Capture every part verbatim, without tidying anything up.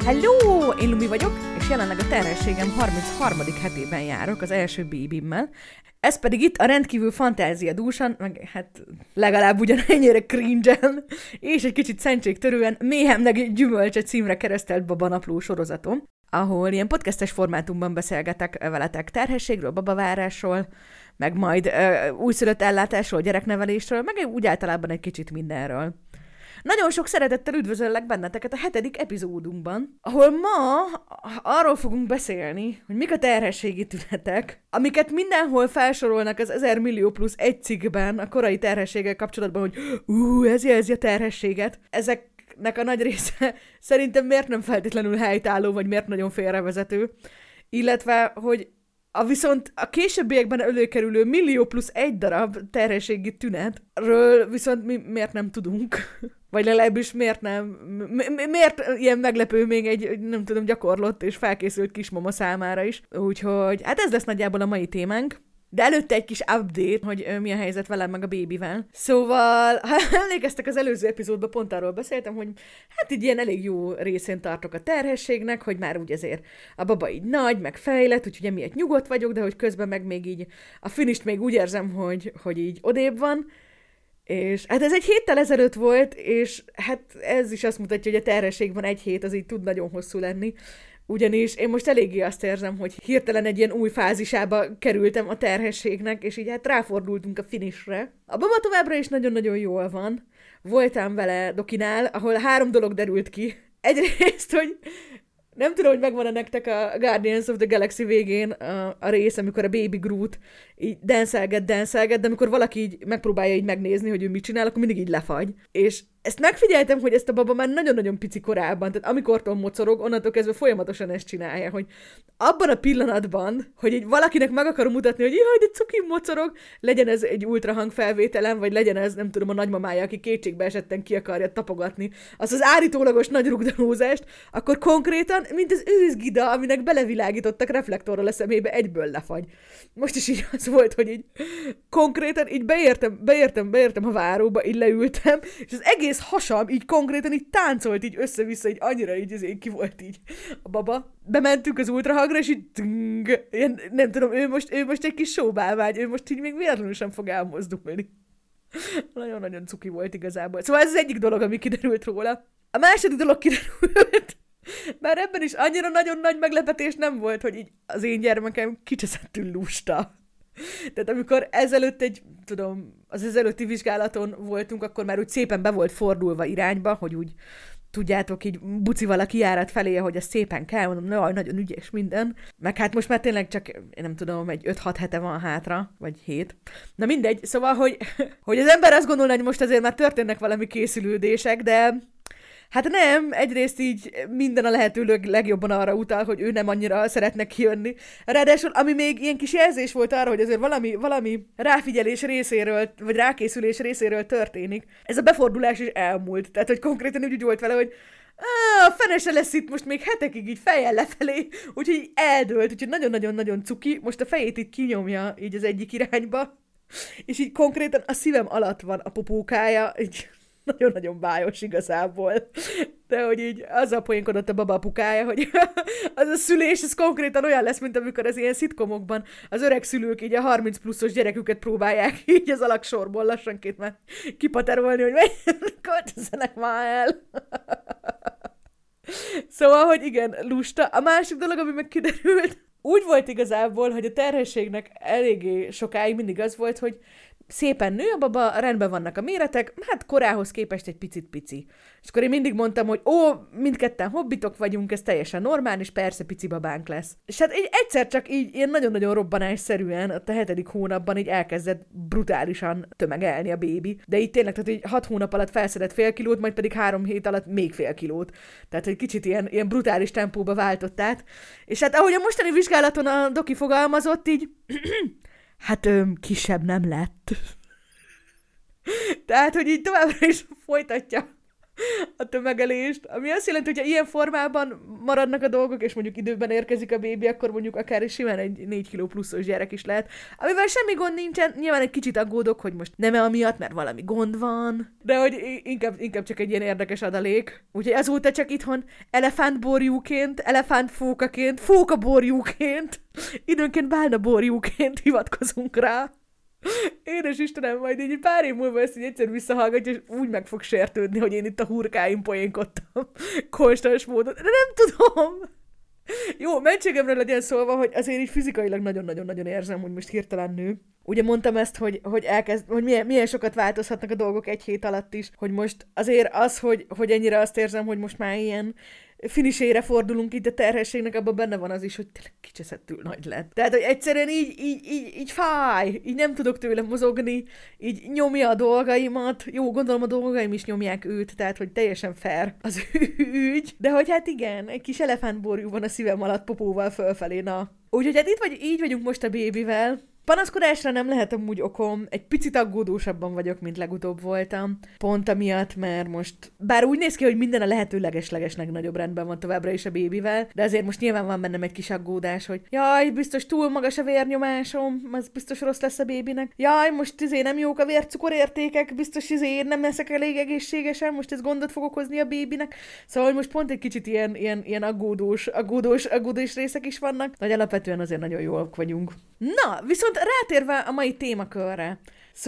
Hello! Én Lumi vagyok, és jelenleg a terhességem harmincharmadik hetében járok az első bébimmel. Ez pedig itt a rendkívül fantáziadúsan, meg hát legalább ugyanennyire cringe-en, és egy kicsit szentségtörően Méhemnek gyümölcse címre keresztelt babanapló sorozatom, ahol ilyen podcastes formátumban beszélgetek veletek terhességről, babavárásról, meg majd ö, újszülött ellátásról, gyereknevelésről, meg úgy általában egy kicsit mindenről. Nagyon sok szeretettel üdvözöllek benneteket a hetedik epizódunkban, ahol ma arról fogunk beszélni, hogy mik a terhességi tünetek, amiket mindenhol felsorolnak az ezer millió plusz egy cikkben a korai terhességgel kapcsolatban, hogy ú, ez jelzi a terhességet. Ezeknek a nagy része szerintem miért nem feltétlenül helytálló, vagy miért nagyon félrevezető, illetve, hogy a viszont a későbbiekben előkerülő millió plusz egy darab terhességi tünetről viszont mi miért nem tudunk. Vagy legalábbis miért nem, mi, miért ilyen meglepő még egy, nem tudom, gyakorlott és felkészült kismama számára is. Úgyhogy hát ez lesz nagyjából a mai témánk. De előtte egy kis update, hogy mi a helyzet velem meg a bébivel. Szóval, ha emlékeztek, az előző epizódban pont arról beszéltem, hogy hát így ilyen elég jó részén tartok a terhességnek, hogy már úgy ezért a baba így nagy, meg fejlett, úgyhogy emiatt nyugodt vagyok, de hogy közben meg még így a finist még úgy érzem, hogy, hogy így odébb van. És hát ez egy héttel ezelőtt volt, és hát ez is azt mutatja, hogy a terhességben egy hét az így tud nagyon hosszú lenni. Ugyanis én most eléggé azt érzem, hogy hirtelen egy ilyen új fázisába kerültem a terhességnek, és így hát ráfordultunk a finishre. A baba továbbra is nagyon-nagyon jól van. Voltam vele dokinál, ahol három dolog derült ki. Egyrészt, hogy nem tudom, hogy megvan-e nektek a Guardians of the Galaxy végén a, a rész, amikor a Baby Groot így denszelget, denszelget, de amikor valaki így megpróbálja így megnézni, hogy ő mit csinál, akkor mindig így lefagy. És ezt megfigyeltem, hogy ezt a baba már nagyon-nagyon pici korában, tehát amikortól mocorog, onnantól kezdve folyamatosan ezt csinálja, hogy abban a pillanatban, hogy így valakinek meg akarom mutatni, hogy jaj, de cuki mocorog, legyen ez egy ultrahangfelvételem, vagy legyen ez, nem tudom, a nagymamája, aki kétségbe esetten ki akarja tapogatni azt az állítólagos nagy rugdalózást, akkor konkrétan, mint az őzgida, aminek belevilágítottak reflektorral a szemébe, egyből lefagy. Most is így az volt, hogy így konkrétan így beértem, beértem, beértem a váróba, így leültem, és az egész hasam így konkrétan így táncolt így össze-vissza, így annyira így azért ki volt így a baba. Bementünk az ultrahangra, és így tng, ilyen, nem tudom, ő most, ő most egy kis sóbálvány, ő most így még véletlenül sem fog elmozdulni. Nagyon-nagyon cuki volt igazából. Szóval ez az egyik dolog, ami kiderült róla. A második dolog kiderült, bár ebben is annyira nagyon nagy meglepetés nem volt, hogy így az én gyermekem kicseszettül lusta. Tehát amikor ezelőtt egy, tudom, az ezelőtti vizsgálaton voltunk, akkor már úgy szépen be volt fordulva irányba, hogy úgy tudjátok, így bucival a kijárat felé, hogy ez szépen kell, mondom, jaj, nagyon ügyes minden. Meg hát most már tényleg csak, én nem tudom, egy öt-hat hete van hátra, vagy hét. Na mindegy, szóval, hogy, hogy az ember azt gondolna, hogy most azért már történnek valami készülődések, de hát nem, egyrészt így minden a lehető legjobban arra utal, hogy ő nem annyira szeretne kijönni. Ráadásul, ami még ilyen kis jelzés volt arra, hogy azért valami, valami ráfigyelés részéről, vagy rákészülés részéről történik. Ez a befordulás is elmúlt. Tehát, hogy konkrétan úgy volt vele, hogy a fene se lesz itt most még hetekig így fejjel lefelé, úgyhogy így eldőlt, úgyhogy nagyon-nagyon-nagyon cuki. Most a fejét itt kinyomja így az egyik irányba, és így konkrétan a szívem alatt van a popókája, így nagyon-nagyon bájos igazából. De hogy így azzal poénkodott a baba apukája, hogy az a szülés, ez konkrétan olyan lesz, mint amikor az ilyen szitkomokban az öreg szülők így a harminc pluszos gyereküket próbálják így az alaksorból lassanként már kipaterolni, hogy menjenek, költözzenek már el. Szóval, hogy igen, lusta. A másik dolog, ami meg kiderült, úgy volt igazából, hogy a terhességnek eléggé sokáig mindig az volt, hogy szépen nő a baba, rendben vannak a méretek, hát korához képest egy picit pici. És akkor én mindig mondtam, hogy ó, mindketten hobbitok vagyunk, ez teljesen normális, persze pici babánk lesz. És hát így egyszer csak így ilyen nagyon-nagyon robbanásszerűen a hetedik hónapban így elkezdett brutálisan tömegelni a bébi. De így tényleg, tehát így hat hónap alatt felszedett fél kilót, majd pedig három hét alatt még fél kilót. Tehát, hogy kicsit ilyen, ilyen brutális tempóba váltott át. És hát ahogy a mostani vizsgálaton a doki fogalmazott, így hát öm, kisebb nem lett. Tehát, hogy így továbbra is folytatja a tömegelést, ami azt jelenti, hogy ha ilyen formában maradnak a dolgok, és mondjuk időben érkezik a bébi, akkor mondjuk akár simán egy négy kiló pluszos gyerek is lehet, amivel semmi gond nincsen, nyilván egy kicsit aggódok, hogy most nem-e amiatt, mert valami gond van, de hogy inkább, inkább csak egy ilyen érdekes adalék. Úgyhogy azóta csak itthon elefántborjúként, elefántfókaként, fókaborjúként, időnként bálnaborjúként hivatkozunk rá. Édes Istenem, majd így pár év múlva ezt így egyszer visszahallgatja, és úgy meg fog sértődni, hogy én itt a hurkáim poénkodtam konstans módon. De nem tudom! Jó, mentségemről legyen szólva, hogy azért így fizikailag nagyon-nagyon-nagyon érzem, hogy most hirtelen nő. Ugye mondtam ezt, hogy, hogy, elkezd, hogy milyen, milyen sokat változhatnak a dolgok egy hét alatt is, hogy most azért az, hogy, hogy ennyire azt érzem, hogy most már ilyen finisére fordulunk itt a terhességnek, abban benne van az is, hogy tényleg kicseszettül nagy lett. Tehát, hogy egyszerűen így, így, így, így fáj, így nem tudok tőle mozogni, így nyomja a dolgaimat. Jó, gondolom a dolgaim is nyomják őt, tehát, hogy teljesen fair az ügy. De hogy hát igen, egy kis elefántborjú van a szívem alatt popóval fölfelé, na. Úgyhogy hát itt vagy, így vagyunk most a bébivel. Panaszkodásra nem lehet amúgy okom, egy picit aggódósabban vagyok, mint legutóbb voltam. Pont amiatt, mert most, bár úgy néz ki, hogy minden a lehető leges-legesnek nagyobb rendben van továbbra is a bébivel, de azért most nyilván van bennem egy kis aggódás, hogy jaj, biztos túl magas a vérnyomásom, az biztos rossz lesz a bébinek. Jaj, most izé nem jók a vércukorértékek, biztos izé nem leszek elég egészségesen, most ez gondot fog okozni a bébinek. Szóval most pont egy kicsit ilyen, ilyen, ilyen aggódós, aggódós, aggódós részek is vannak, de alapvetően azért nagyon jól vagyunk. Na, viszont rátérve a mai témakörre.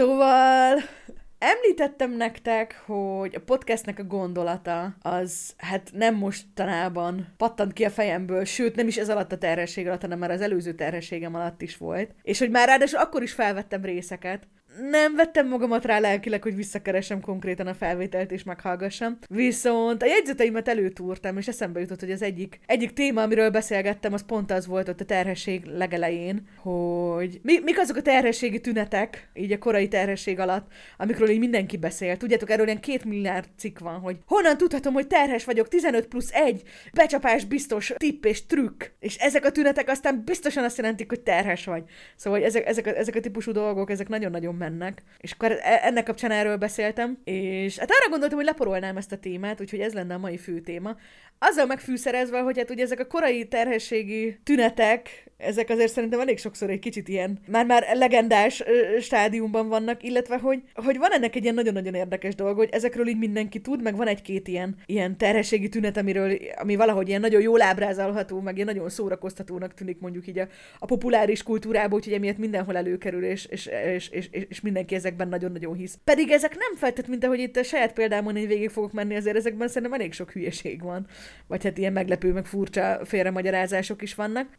Szóval említettem nektek, hogy a podcastnek a gondolata az hát nem mostanában pattant ki a fejemből, sőt nem is ez alatt a terhesség alatt, hanem már az előző terhességem alatt is volt. És hogy már ráadásul akkor is felvettem részeket. Nem vettem magamat rá lelkileg, hogy visszakeresem konkrétan a felvételt és meghallgassam. Viszont a jegyzeteimet előtúrtam, és eszembe jutott, hogy az egyik, egyik téma, amiről beszélgettem, az pont az volt ott a terhesség legelején, hogy mi, mik azok a terhességi tünetek, így a korai terhesség alatt, amikről így mindenki beszél. Tudjátok, erről ilyen két milliárd cikk van, hogy honnan tudhatom, hogy terhes vagyok, tizenöt plusz egy, becsapás biztos, tipp és trükk. És ezek a tünetek aztán biztosan azt jelentik, hogy terhes vagy. Szóval ezek, ezek, a, ezek a típusú dolgok, ezek nagyon-nagyon mennek. És akkor ennek kapcsán erről beszéltem, és hát arra gondoltam, hogy leporolnám ezt a témát, úgyhogy ez lenne a mai fő téma. Azzal megfűszerezve, hogy hát ugye ezek a korai terhességi tünetek, ezek azért szerintem elég sokszor egy kicsit ilyen, már-már legendás ö, stádiumban vannak, illetve hogy, hogy van ennek egy ilyen nagyon-nagyon érdekes dolog, hogy ezekről így mindenki tud, meg van egy-két ilyen, ilyen terhességi tünet, amiről, ami valahogy ilyen nagyon jól ábrázolható, meg ilyen nagyon szórakoztatónak tűnik mondjuk így a, a populáris kultúrában, úgyhogy emiatt mindenhol előkerül, és, és, és, és, és mindenki ezekben nagyon-nagyon hisz. Pedig ezek nem feltett, mint ahogy itt a saját példámon így végig fogok menni, azért ezekben szerintem elég sok hülyeség van. Vagy hát ilyen meglepő, meg furcsa félremagyarázások is vannak.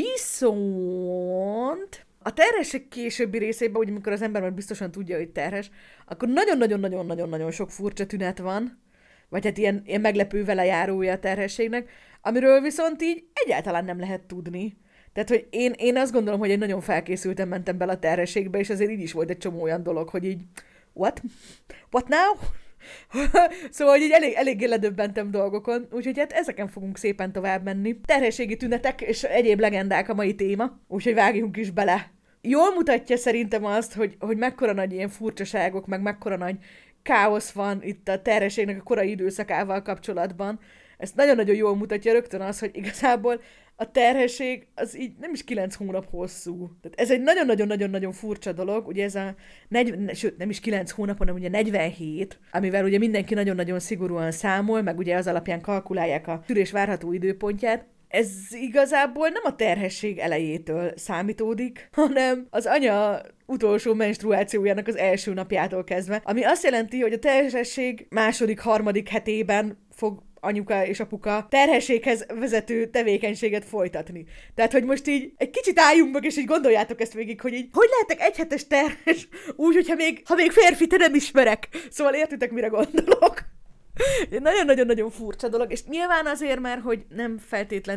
Viszont a terhesség későbbi részében, ugye amikor az ember már biztosan tudja, hogy terhes, akkor nagyon-nagyon-nagyon-nagyon-nagyon sok furcsa tünet van, vagy hát ilyen, ilyen meglepő vele járója a terhességnek, amiről viszont így egyáltalán nem lehet tudni. Tehát, hogy én, én azt gondolom, hogy én nagyon felkészültem mentem bele a terhességbe, és azért így is volt egy csomó olyan dolog, hogy így what? What now? Szóval, hogy így elég, eléggé ledöbbentem dolgokon, úgyhogy hát ezeken fogunk szépen tovább menni. Terhességi tünetek és egyéb legendák a mai téma, úgyhogy vágjunk is bele. Jól mutatja szerintem azt, hogy, hogy mekkora nagy ilyen furcsaságok, meg mekkora nagy káosz van itt a terhességnek a korai időszakával kapcsolatban. Ezt nagyon-nagyon jól mutatja rögtön az, hogy igazából a terhesség az így nem is kilenc hónap hosszú. Tehát ez egy nagyon-nagyon-nagyon-nagyon furcsa dolog, ugye ez a negyven, sőt nem is kilenc hónap, hanem ugye negyvenhét, amivel ugye mindenki nagyon-nagyon szigorúan számol, meg ugye az alapján kalkulálják a szülés várható időpontját. Ez igazából nem a terhesség elejétől számítódik, hanem az anya utolsó menstruációjának az első napjától kezdve, ami azt jelenti, hogy a terhesség második, harmadik hetében fog anyuka és apuka terhességhez vezető tevékenységet folytatni. Tehát, hogy most így egy kicsit álljunk meg, és így gondoljátok ezt végig, hogy így, hogy lehetek egyhetes terhes, úgy, hogyha még, ha még férfit nem ismerek. Szóval értitek, mire gondolok? Nagyon-nagyon-nagyon furcsa dolog, és nyilván azért, mert hogy nem feltétlenül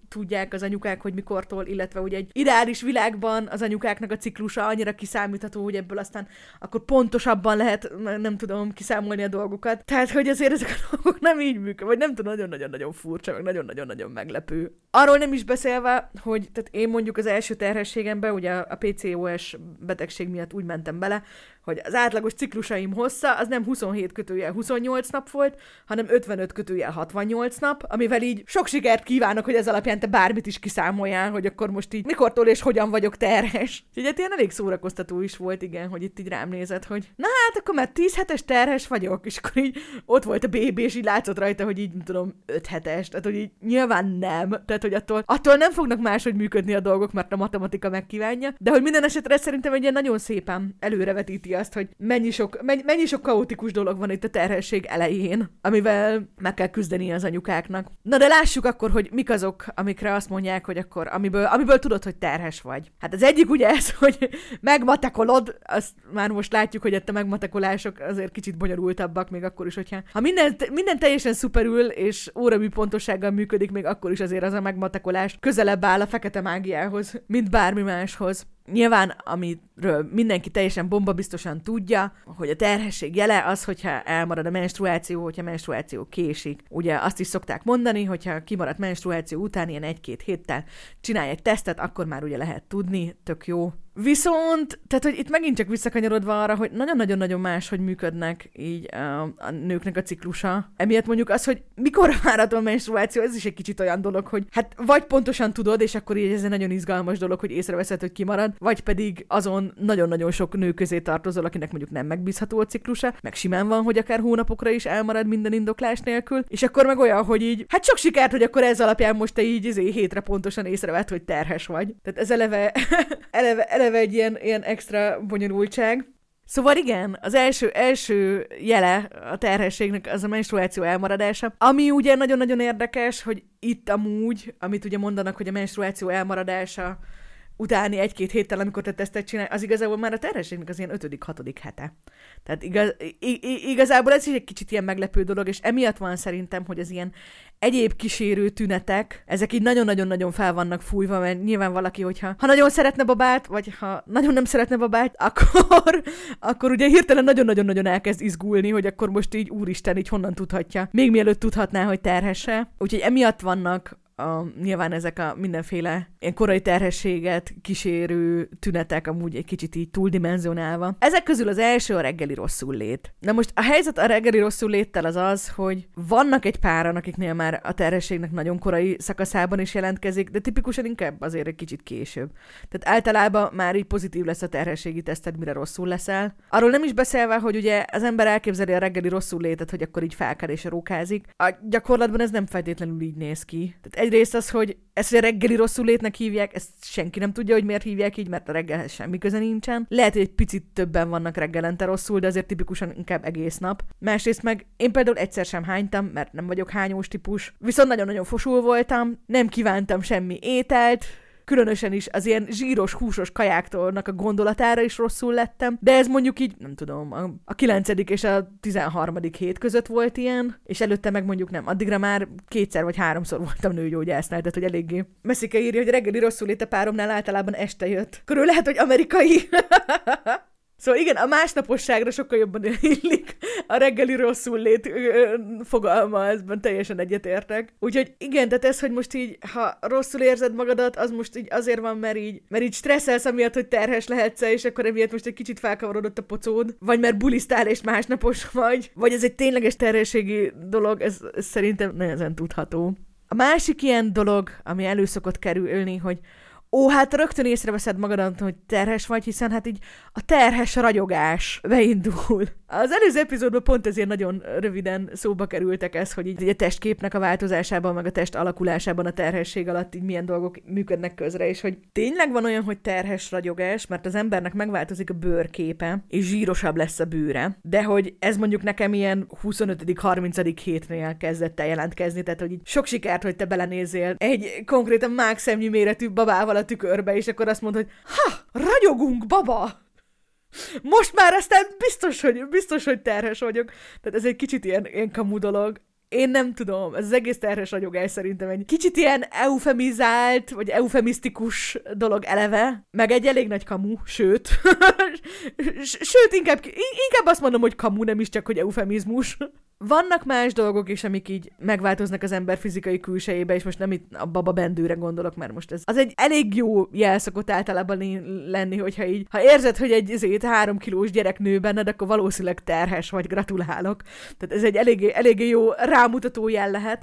tudják az anyukák, hogy mikortól, illetve ugye egy ideális világban az anyukáknak a ciklusa annyira kiszámítható, hogy ebből aztán akkor pontosabban lehet, nem tudom, kiszámolni a dolgokat. Tehát, hogy azért ezek a dolgok nem így működnek, vagy nem tudom, nagyon-nagyon-nagyon furcsa, meg nagyon-nagyon-nagyon meglepő. Arról nem is beszélve, hogy tehát én mondjuk az első terhességemben, ugye a pé cé o es betegség miatt úgy mentem bele, hogy az átlagos ciklusaim hossza az nem huszonhét kötőjel huszonnyolc nap volt, hanem ötvenöt kötőjel hatvannyolc nap, amivel így sok sikert kívánok, hogy ez alapján te bármit is kiszámoljál, hogy akkor most így mikortól és hogyan vagyok terhes. Úgyhogy hát ilyen elég szórakoztató is volt, igen, hogy itt így rám nézett, hogy na hát akkor már tíz hetes terhes vagyok, és akkor így ott volt a bébi, és így látszott rajta, hogy így, nem tudom, öt hetes, tehát hogy így nyilván nem, tehát hogy attól, attól nem fognak máshogy működni a dolgok, mert a matematika megkívánja, de hogy minden esetre szerintem egy ilyen nagyon szépen előrevetíti azt, hogy mennyi sok, mennyi, mennyi sok kaotikus dolog van itt a terhesség elején, amivel meg kell küzdeni az anyukáknak. Na de lássuk akkor, hogy mik azok, amikre azt mondják, hogy akkor, amiből, amiből tudod, hogy terhes vagy. Hát az egyik ugye ez, hogy megmatekolod, azt már most látjuk, hogy itt a megmatekolások azért kicsit bonyolultabbak, még akkor is, hogyha ha minden, minden teljesen szuperül, és óramű pontossággal működik, még akkor is azért az a megmatekolás közelebb áll a fekete mágiához, mint bármi máshoz. Nyilván, amiről mindenki teljesen bombabiztosan tudja, hogy a terhesség jele az, hogyha elmarad a menstruáció, hogyha a menstruáció késik. Ugye azt is szokták mondani, hogyha kimaradt menstruáció után ilyen egy-két héttel csinálj egy tesztet, akkor már ugye lehet tudni, tök jó. Viszont, tehát, hogy itt megint csak visszakanyarodva arra, hogy nagyon-nagyon-nagyon más, hogy működnek így a, a nőknek a ciklusa. Emiatt mondjuk az, hogy mikor várható a menstruáció, ez is egy kicsit olyan dolog, hogy hát vagy pontosan tudod, és akkor így ez egy nagyon izgalmas dolog, hogy észreveszed, hogy kimarad, vagy pedig azon nagyon-nagyon sok nő közé tartozol, akinek mondjuk nem megbízható a ciklusa, meg simán van, hogy akár hónapokra is elmarad minden indoklás nélkül, és akkor meg olyan, hogy így, hát sok sikert, hogy akkor ez alapján most te így izé, hétre pontosan észrevedd, hogy terhes vagy. Tehát ez eleve, eleve, eleve egy ilyen, ilyen extra bonyolultság. Szóval igen, az első, első jele a terhességnek az a menstruáció elmaradása, ami ugye nagyon-nagyon érdekes, hogy itt amúgy, amit ugye mondanak, hogy a menstruáció elmaradása utáni egy-két héttel, amikor te tesztet csinálj, az igazából már a terhességnek az ilyen ötödik, hatodik hete. Tehát igaz, igazából ez is egy kicsit ilyen meglepő dolog, és emiatt van szerintem, hogy az ilyen egyéb kísérő tünetek, ezek így nagyon-nagyon-nagyon fel vannak fújva, mert nyilván valaki, hogyha ha nagyon szeretne babát, vagy ha nagyon nem szeretne babát, akkor, akkor ugye hirtelen nagyon-nagyon-nagyon elkezd izgulni, hogy akkor most így úristen, így honnan tudhatja. Még mielőtt tudhatná, hogy terhesse. Úgyhogy emiatt vannak A, nyilván ezek a mindenféle ilyen korai terhességet kísérő tünetek amúgy egy kicsit így túldimenzionálva. Ezek közül az első a reggeli rosszullét. Na most a helyzet a reggeli rosszulléttel az az, hogy vannak egy páran, akiknél már a terhességnek nagyon korai szakaszában is jelentkezik, de tipikusan inkább azért egy kicsit később. Tehát általában már így pozitív lesz a terhességi teszted, mire rosszul leszel. Arról nem is beszélve, hogy ugye az ember elképzeli a reggeli rosszullétet, hogy akkor így felkel és rókázik. A gyakorlatban ez nem feltétlenül így néz ki. Tehát egyrészt az, hogy ezt a reggeli rosszulétnek hívják, ezt senki nem tudja, hogy miért hívják így, mert a reggelhez semmi köze nincsen. Lehet, hogy egy picit többen vannak reggelente rosszul, de azért tipikusan inkább egész nap. Másrészt meg én például egyszer sem hánytam, mert nem vagyok hányós típus, viszont nagyon-nagyon fosul voltam, nem kívántam semmi ételt, különösen is az ilyen zsíros, húsos kajáktólnak a gondolatára is rosszul lettem, de ez mondjuk így, nem tudom, a, a kilencedik és a tizenharmadik hét között volt ilyen, és előtte meg mondjuk nem, addigra már kétszer vagy háromszor voltam nőgyógyásznál, tehát hogy eléggé. Messzike írja, hogy reggeli rosszul lét a páromnál általában este jött. Körül lehet, hogy amerikai. Szóval igen, a másnaposságra sokkal jobban illik a reggeli rosszul lét fogalma, ezben teljesen egyetértek. Úgyhogy igen, tehát ez, hogy most így, ha rosszul érzed magadat, az most így azért van, mert így, mert így stresszelsz amiatt, hogy terhes lehetsz, és akkor emiatt most egy kicsit felkavarodott a pocód, vagy mert bulisztál és másnapos vagy, vagy ez egy tényleges terhességi dolog, ez, ez szerintem nehezen tudható. A másik ilyen dolog, ami elő szokott kerülni, hogy ó, hát rögtön észreveszed magadat, hogy terhes vagy, hiszen hát így a terhes ragyogás beindul. Az előző epizódban pont ezért nagyon röviden szóba kerültek ez, hogy így a testképnek a változásában, meg a test alakulásában a terhesség alatt így milyen dolgok működnek közre, és hogy tényleg van olyan, hogy terhes ragyogás, mert az embernek megváltozik a bőrképe, és zsírosabb lesz a bőre, de hogy ez mondjuk nekem ilyen huszonötödik-harmincadik hétnél kezdett el jelentkezni, tehát hogy így sok sikert, hogy te belenézzél egy konkrétan mágszemnyi méretű babával a tükörbe, és akkor azt mondod, hogy ha, ragyogunk, baba! Most már aztán biztos, hogy, biztos, hogy terhes vagyok. Tehát ez egy kicsit ilyen, ilyen kamu dolog. én nem tudom, ez az egész terhes ragyogás szerintem egy kicsit ilyen eufemizált, vagy eufemisztikus dolog eleve, meg egy elég nagy kamu, sőt, sőt, inkább, inkább azt mondom, hogy kamu, nem is csak, hogy eufemizmus. Vannak más dolgok is, amik így megváltoznak az ember fizikai külsejébe, és most nem itt a baba bendőre gondolok, mert most ez az egy elég jó jel szokott általában lenni, hogyha így, ha érzed, hogy egy ezért három kilós gyerek nő benned, akkor valószínűleg terhes vagy, gratulálok. Tehát ez egy eléggé, eléggé jó rámutató jel lehet,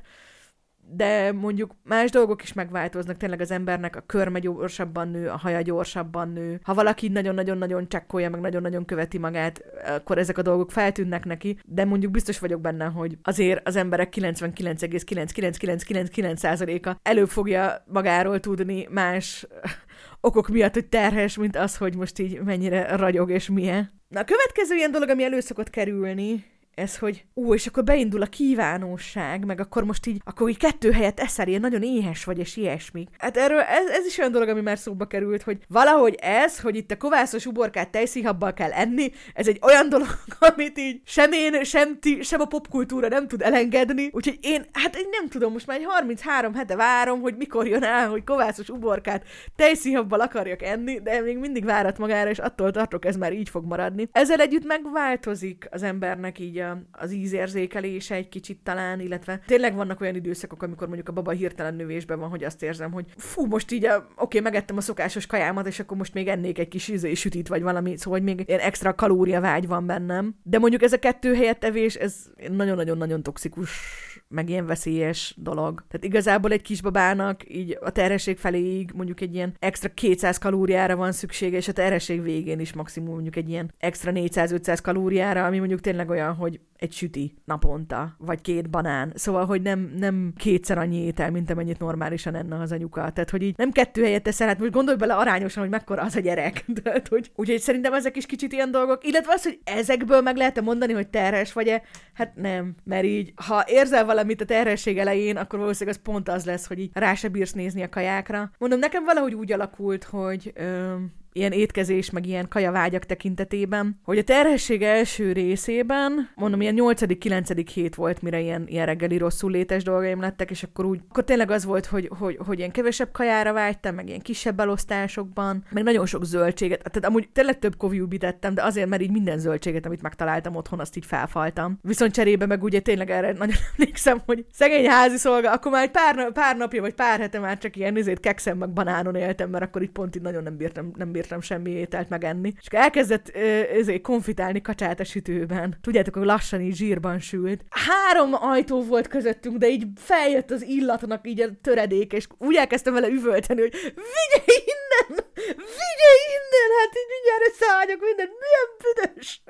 de mondjuk más dolgok is megváltoznak, tényleg az embernek a körme gyorsabban nő, a haja gyorsabban nő. Ha valaki nagyon-nagyon-nagyon csekkolja, meg nagyon-nagyon követi magát, akkor ezek a dolgok feltűnnek neki, de mondjuk biztos vagyok benne, hogy azért az emberek kilencvenkilenc egész kilencszáz százaléka előbb fogja magáról tudni más okok miatt, hogy terhes, mint az, hogy most így mennyire ragyog és milyen. Na a következő ilyen dolog, ami elő szokott kerülni, ez, hogy ú, és akkor beindul a kívánóság, meg akkor most így, akkor így kettő helyet eszel, ilyen nagyon éhes vagy, és ilyesmi. Hát erről ez, ez is olyan dolog, ami már szóba került, hogy valahogy ez, hogy itt a kovászos uborkát tejszínhabbal kell enni, ez egy olyan dolog, amit így sem én, sem ti, sem a popkultúra nem tud elengedni. Úgyhogy én, hát én nem tudom, most már egy harminchárom hete várom, hogy mikor jön el, hogy kovászos uborkát tejszínhabbal akarjak enni, de még mindig várat magára, és attól tartok, ez már így fog maradni. Ezzel együtt megváltozik az embernek így az ízérzékelése egy kicsit talán, illetve tényleg vannak olyan időszakok, amikor mondjuk a baba hirtelen növésben van, hogy azt érzem, hogy fú, most így a, oké, megettem a szokásos kajámat, és akkor most még ennék egy kis ízé sütit, vagy valami, szóval hogy még ilyen extra kalóriavágy van bennem. De mondjuk ez a kettő helyett tevés, ez nagyon-nagyon-nagyon toxikus, meg ilyen veszélyes dolog. Tehát igazából egy kisbabának így a terhesség feléig mondjuk egy ilyen extra kétszáz kalóriára van szüksége, és a terhesség végén is maximum mondjuk egy ilyen extra négyszáz-ötszáz kalóriára, ami mondjuk tényleg olyan, hogy egy süti naponta, vagy két banán. Szóval, hogy nem, nem kétszer annyi étel, mint amennyit normálisan enne az anyuka. Tehát, hogy így nem kettő helyet teszel, hát most gondolj bele arányosan, hogy mekkora az a gyerek. Tehát, hogy, úgyhogy szerintem ezek is kicsit ilyen dolgok. Illetve az, hogy ezekből meg lehet mondani, hogy terhes vagy-e, hát nem. Mert így, ha érzel valamit a terhesség elején, akkor valószínűleg az pont az lesz, hogy így rá se bírsz nézni a kajákra. Mondom, nekem valahogy úgy alakult, hogy Ö... ilyen étkezés, meg ilyen kajavágyak tekintetében, hogy a terhesség első részében, mondom, ilyen nyolcadik-kilencedik hét volt, mire ilyen, ilyen reggeli rosszul létes dolgaim lettek, és akkor úgy, akkor tényleg az volt, hogy, hogy, hogy ilyen kevesebb kajára vágytam, meg ilyen kisebb elosztásokban, meg nagyon sok zöldséget, tehát amúgy tényleg több koviubit ettem, de azért, mert így minden zöldséget, amit megtaláltam otthon, azt így felfaltam. Viszont cserébe meg ugye tényleg erre nagyon emlékszem, hogy szegény házi szolga, akkor már egy pár, pár napja, vagy pár hete már csak ilyen nézét kekszem, meg banánon éltem, mert akkor így pont így nagyon nem bírtam, nem bírtam semmi ételt megenni. És akkor elkezdett ezért konfitálni kacsát a sütőben. Tudjátok, hogy lassan így zsírban sült. Három ajtó volt közöttünk, de így feljött az illatnak így a töredék, és úgy elkezdtem vele üvölteni, hogy vigye innen! Vigye innen! Hát így mindjárt összeálljuk minden, milyen büdös!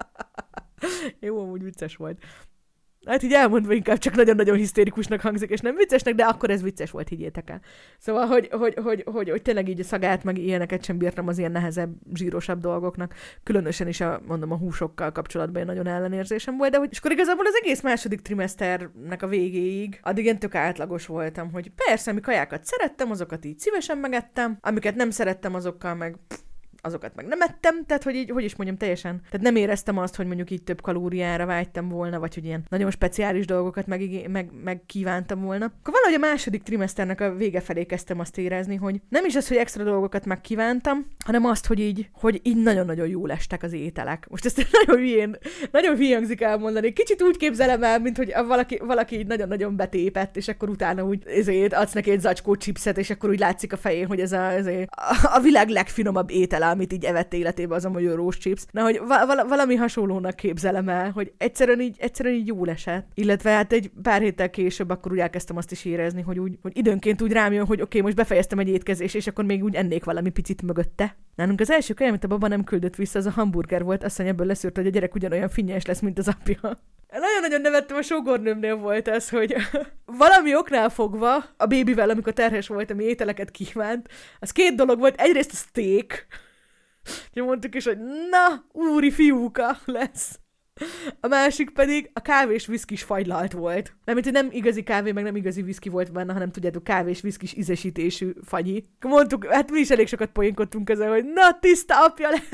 Jó, amúgy vicces volt. Hát így elmondva inkább csak nagyon-nagyon hisztérikusnak hangzik, és nem viccesnek, de akkor ez vicces volt, higgyétek el. Szóval, hogy, hogy, hogy, hogy, hogy tényleg így a szagát, meg ilyeneket sem bírtam az ilyen nehezebb, zsírosabb dolgoknak. Különösen is a, mondom, a húsokkal kapcsolatban egy nagyon ellenérzésem volt, de hogy, és akkor igazából az egész második trimeszternek a végéig addig én tök átlagos voltam, hogy persze, ami kajákat szerettem, azokat így szívesen megettem, amiket nem szerettem, azokkal meg azokat meg nem ettem, tehát hogy így, hogy is mondjam, teljesen. Tehát nem éreztem azt, hogy mondjuk így több kalóriára vágytam volna, vagy hogy ilyen nagyon speciális dolgokat meg, meg, meg kívántam volna. Akkor valahogy a második trimeszternek a vége felé kezdtem azt érezni, hogy nem is az, hogy extra dolgokat megkívántam, hanem azt, hogy így, hogy így nagyon-nagyon jól estek az ételek. Most ezt nagyon hülyén, nagyon hülyén hangzik elmondani. Kicsit úgy képzelem el, mint hogy valaki, valaki így nagyon-nagyon betépett, és akkor utána úgy ezért adsz neki egy zacskó chipset, és akkor úgy látszik a fején, hogy ez a, ezért a, a világ legfinomabb étele, amit így evett életében, az a magyar rose chips. Na, hogy val- valami hasonlónak képzelem el, hogy egyszerűen így, egyszerűen így jól esett. Illetve hát egy pár héttel később akkor úgy elkezdtem azt is érezni, hogy úgy, hogy időnként úgy rám jön, hogy oké, okay, most befejeztem egy étkezést, és akkor még úgy ennék valami picit mögötte. Nálunk az első kaja, amit a baba nem küldött vissza, az a hamburger volt, azt mondja, ebből leszűrt, hogy a gyerek ugyanolyan finnyes lesz, mint az apja. Nagyon-nagyon nevettem, a sógornőmnél volt ez, hogy valami oknál fogva a bébivel, amikor terhes volt, ami ételeket kívánt, az két dolog volt, egyrészt a steak, úgyhogy mondtuk is, hogy na, úri fiúka lesz. A másik pedig a kávés viszkis fagylalt volt. Nem, mint, hogy nem igazi kávé, meg nem igazi viszki volt benne, hanem tudjátok, kávés viszkis ízesítésű fagyi. Mondtuk, hát mi is elég sokat poénkodtunk ezzel, hogy na, tiszta apja lesz.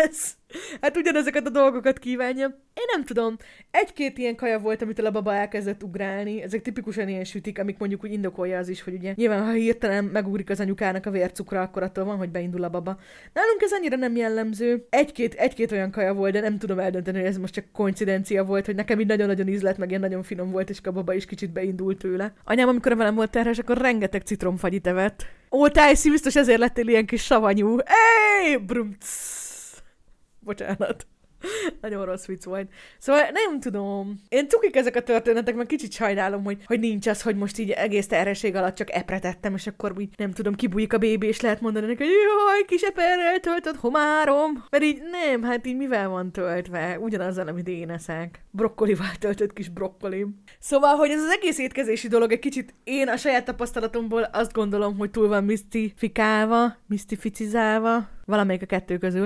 Hát ugyanezeket a dolgokat kívánja. Én nem tudom. Egy-két ilyen kaja volt, amitől a baba elkezdett ugrálni. Ezek tipikusan ilyen sütik, amik mondjuk úgy indokolja az is, hogy ugye nyilván, ha hirtelen megugrik az anyukának a vércukra, akkor attól van, hogy beindul a baba. Nálunk ez annyira nem jellemző. Egy-két, egy-két olyan kaja volt, de nem tudom eldönteni, hogy ez most csak koincidencia volt, hogy nekem így nagyon-nagyon ízlet, meg ilyen nagyon finom volt, és a baba is kicsit beindult tőle. Anyám, amikor velem volt terhes, akkor rengeteg citromfagyit evett. Ó, Tájszi, biztos ezért lettél ilyen kis savanyú. Ej, brumc! Bocsánat. Nagyon rossz vicc volt. Szóval nem tudom. Én cukik ezek a történetek, meg kicsit sajnálom, hogy, hogy nincs az, hogy most így egész terhesség alatt csak epretettem, és akkor így nem tudom, kibújik a bébi, és lehet mondani neki, hogy jaj, kis eperrel töltött homárom. Mert így nem, hát így mivel van töltve? Ugyanazzal, amit én eszek. Brokkolival töltött kis brokkolim. Szóval, hogy ez az egész étkezési dolog egy kicsit én a saját tapasztalatomból azt gondolom, hogy túl van misztifikálva, misztificizálva, valamelyik a kettő közül.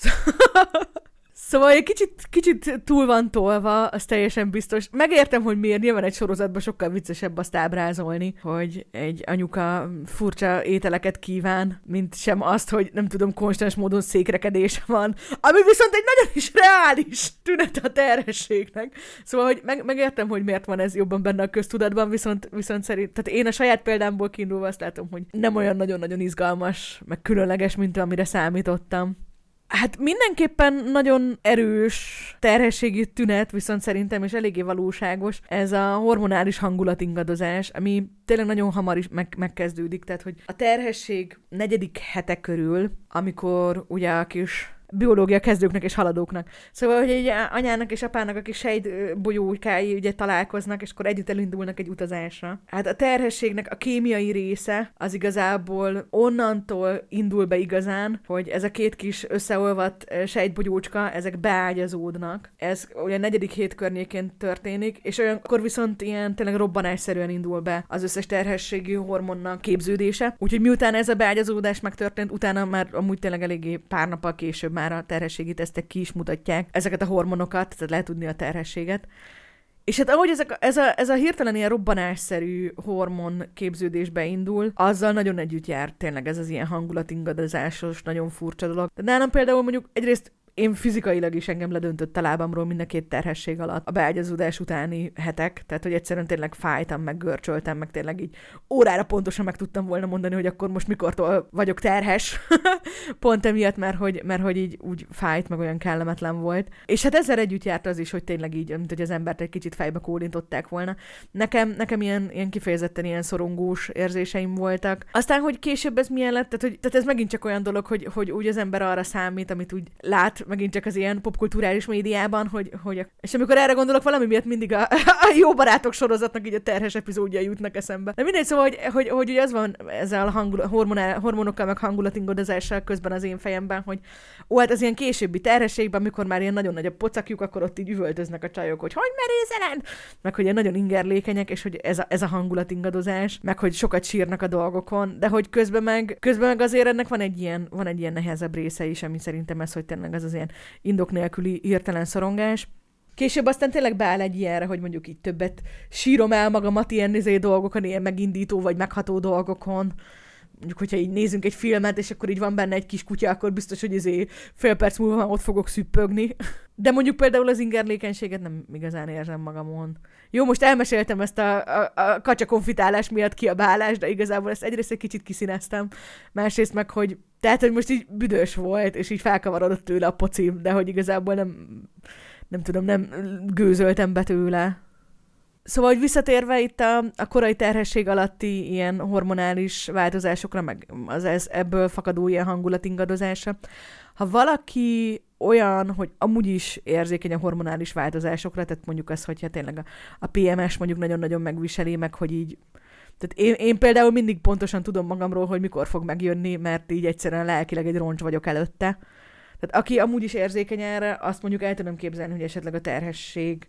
Szóval egy kicsit, kicsit túl van tolva, az teljesen biztos. Megértem, hogy miért, nyilván egy sorozatban sokkal viccesebb azt ábrázolni, hogy egy anyuka furcsa ételeket kíván, mint sem azt, hogy nem tudom, konstans módon székrekedés van, ami viszont egy nagyon is reális tünet a terhességnek. Szóval, hogy meg, megértem, hogy miért van ez jobban benne a köztudatban, viszont, viszont szerint, tehát én a saját példámból kiindulva azt látom, hogy nem olyan nagyon-nagyon izgalmas, meg különleges, mint amire számítottam. Hát mindenképpen nagyon erős terhességi tünet, viszont szerintem is eléggé valóságos ez a hormonális hangulatingadozás, ami tényleg nagyon hamar is meg- megkezdődik, tehát hogy a terhesség negyedik hete körül, amikor ugye a kis biológia kezdőknek és haladóknak. Szóval, hogy egy anyának és apának a kis sejtbolyókái ugye találkoznak, és akkor együtt elindulnak egy utazásra. Hát a terhességnek a kémiai része az igazából onnantól indul be igazán, hogy ez a két kis összeolvadt sejtbogyócska, ezek beágyazódnak. Ez ugye a negyedik hét környékén történik, és olyankor viszont ilyen tényleg robbanásszerűen indul be az összes terhességi hormonnak képződése. Úgyhogy miután ez a beágyazódás megtörtént, utána már amúgy tényleg eléggé pár nappal később már a terhességi tesztek ki is mutatják ezeket a hormonokat, tehát lehet tudni a terhességet. És hát ahogy ezek, ez, a, ez a hirtelen ilyen robbanásszerű hormon képződésbe indul, azzal nagyon együtt jár tényleg ez az ilyen hangulatingadozásos, nagyon furcsa dolog. De nálam például mondjuk egyrészt én fizikailag is engem ledöntött a lábamról mind a két terhesség alatt a beágyazódás utáni hetek, tehát hogy egyszerűen tényleg fájtam, meg görcsöltem, meg tényleg így órára pontosan meg tudtam volna mondani, hogy akkor most mikortól vagyok terhes. Pont emiatt, mert hogy, mert hogy így úgy fájt, meg olyan kellemetlen volt. És hát ezzel együtt járt az is, hogy tényleg így, mint hogy az embert egy kicsit fejbe kólintották volna. Nekem, nekem ilyen, ilyen kifejezetten ilyen szorongós érzéseim voltak. Aztán, hogy később ez milyen lett, tehát, hogy, tehát ez megint csak olyan dolog, hogy, hogy úgy az ember arra számít, amit úgy lát, megint csak az ilyen popkulturális médiában, hogy, hogy és amikor erre gondolok, valami miatt mindig a, a Jó Barátok sorozatnak így a terhes epizódja jutnak eszembe. De mindegy, szóval, hogy, hogy, hogy ugye az van ezzel a hangul, hormonál, hormonokkal, meg hangulatingadozással közben az én fejemben, hogy ó, hát az ilyen későbbi terhességben, amikor már ilyen nagyon nagy a pocakjuk, akkor ott így üvöltöznek a csajok, hogy hogy merészelen, meg hogy ilyen nagyon ingerlékenyek, és hogy ez a, ez a hangulatingadozás, meg hogy sokat sírnak a dolgokon, de hogy közben meg, közben meg azért ennek van egy ilyen, van egy ilyen nehezebb része is, ami szerintem ez, hogy tényleg az az ilyen indok nélküli hirtelen szorongás. Később aztán tényleg beáll egy ilyenre, hogy mondjuk így többet sírom el magamat ilyen izé dolgokon, ilyen megindító vagy megható dolgokon. Mondjuk, hogyha így nézünk egy filmet, és akkor így van benne egy kis kutya, akkor biztos, hogy izé fél perc múlva ott fogok szüppögni. De mondjuk például az ingerlékenységet nem igazán érzem magamon. Jó, most elmeséltem ezt a, a, a kacsakonfitálás miatt kiabálást, de igazából ezt egyrészt egy kicsit kiszíneztem, másrészt meg, hogy tehát, hogy most így büdös volt, és így felkavarodott tőle a pocim, de hogy igazából nem, nem tudom, nem gőzöltem be tőle. Szóval, hogy visszatérve itt a, a korai terhesség alatti ilyen hormonális változásokra, meg az ez, ebből fakadó ilyen hangulatingadozásra, ha valaki olyan, hogy amúgy is érzékeny a hormonális változásokra, tehát mondjuk az, hogyha tényleg a, a pé em es mondjuk nagyon-nagyon megviseli, meg hogy így tehát én, én például mindig pontosan tudom magamról, hogy mikor fog megjönni, mert így egyszerűen lelkileg egy roncs vagyok előtte. Tehát aki amúgy is érzékeny erre, azt mondjuk el tudom képzelni, hogy esetleg a terhességet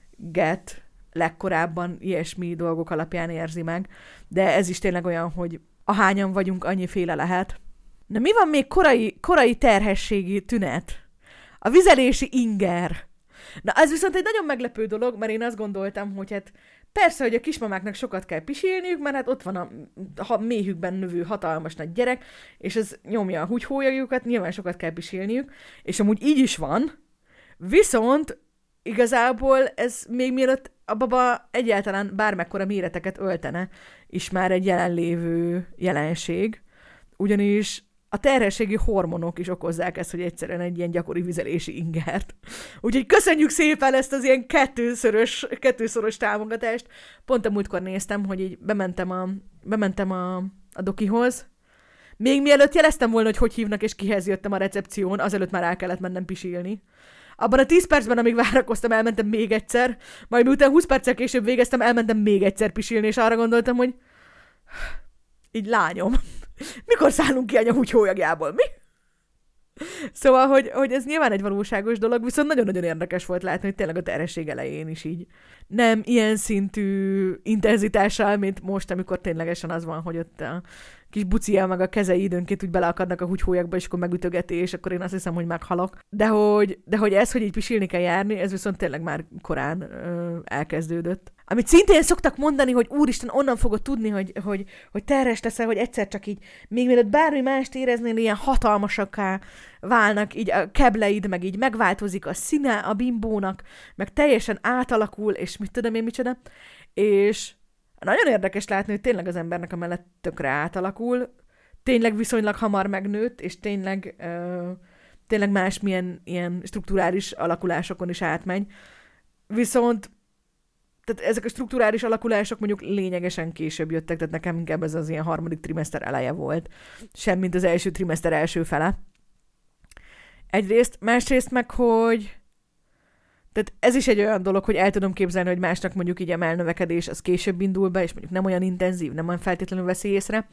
legkorábban ilyesmi dolgok alapján érzi meg, de ez is tényleg olyan, hogy ahányan vagyunk, annyiféle lehet. De mi van még korai, korai terhességi tünet? A vizelési inger. Na, ez viszont egy nagyon meglepő dolog, mert én azt gondoltam, hogy hát persze, hogy a kismamáknak sokat kell pisilniük, mert hát ott van a, a méhükben növő hatalmas nagy gyerek, és ez nyomja a húgyhólyajukat, nyilván sokat kell pisilniük, és amúgy így is van, viszont igazából ez még mielőtt a baba egyáltalán bármekkora méreteket öltene, is már egy jelenlévő jelenség, ugyanis a terhességi hormonok is okozzák ezt, hogy egyszerűen egy ilyen gyakori vizelési ingert. Úgyhogy köszönjük szépen ezt az ilyen kettőszörös, kettőszoros támogatást. Pont a múltkor néztem, hogy így bementem a, bementem a, a dokihoz. Még mielőtt jeleztem volna, hogy hogy hívnak és kihez jöttem a recepción, azelőtt már el kellett mennem pisilni. Abban a tíz percben, amíg várakoztam, elmentem még egyszer, majd miután húsz perccel később végeztem, elmentem még egyszer pisilni, és arra gondoltam, hogy így lányom, mikor szállunk ki anya húgyhólyagjából, mi? Szóval, hogy, hogy ez nyilván egy valóságos dolog, viszont nagyon-nagyon érdekes volt látni, hogy tényleg a terhesség elején is így nem ilyen szintű intenzitással, mint most, amikor ténylegesen az van, hogy ott a kis bucia meg a kezei időnként úgy beleakadnak a húgyhólyagba, és akkor megütögeti, és akkor én azt hiszem, hogy meghalok. De hogy, de hogy ez, hogy így pisilni kell járni, ez viszont tényleg már korán ö, elkezdődött. Amit szintén szoktak mondani, hogy úristen, onnan fogod tudni, hogy, hogy, hogy terhes leszel, hogy egyszer csak így, még mielőtt bármi mást éreznél, ilyen hatalmasakká válnak, így a kebleid, meg így megváltozik a színe a bimbónak, meg teljesen átalakul, és mit tudom én micsoda. És nagyon érdekes látni, hogy tényleg az embernek a mellett tökre átalakul, tényleg viszonylag hamar megnőtt, és tényleg, ö, tényleg másmilyen ilyen strukturális alakulásokon is átmegy. Viszont tehát ezek a strukturális alakulások mondjuk lényegesen később jöttek, tehát nekem inkább ez az ilyen harmadik trimester eleje volt, sem mint az első trimester első fele. Egyrészt, másrészt meg, hogy tehát ez is egy olyan dolog, hogy el tudom képzelni, hogy másnak mondjuk így a mellnövekedés az később indul be, és mondjuk nem olyan intenzív, nem olyan feltétlenül veszi észre.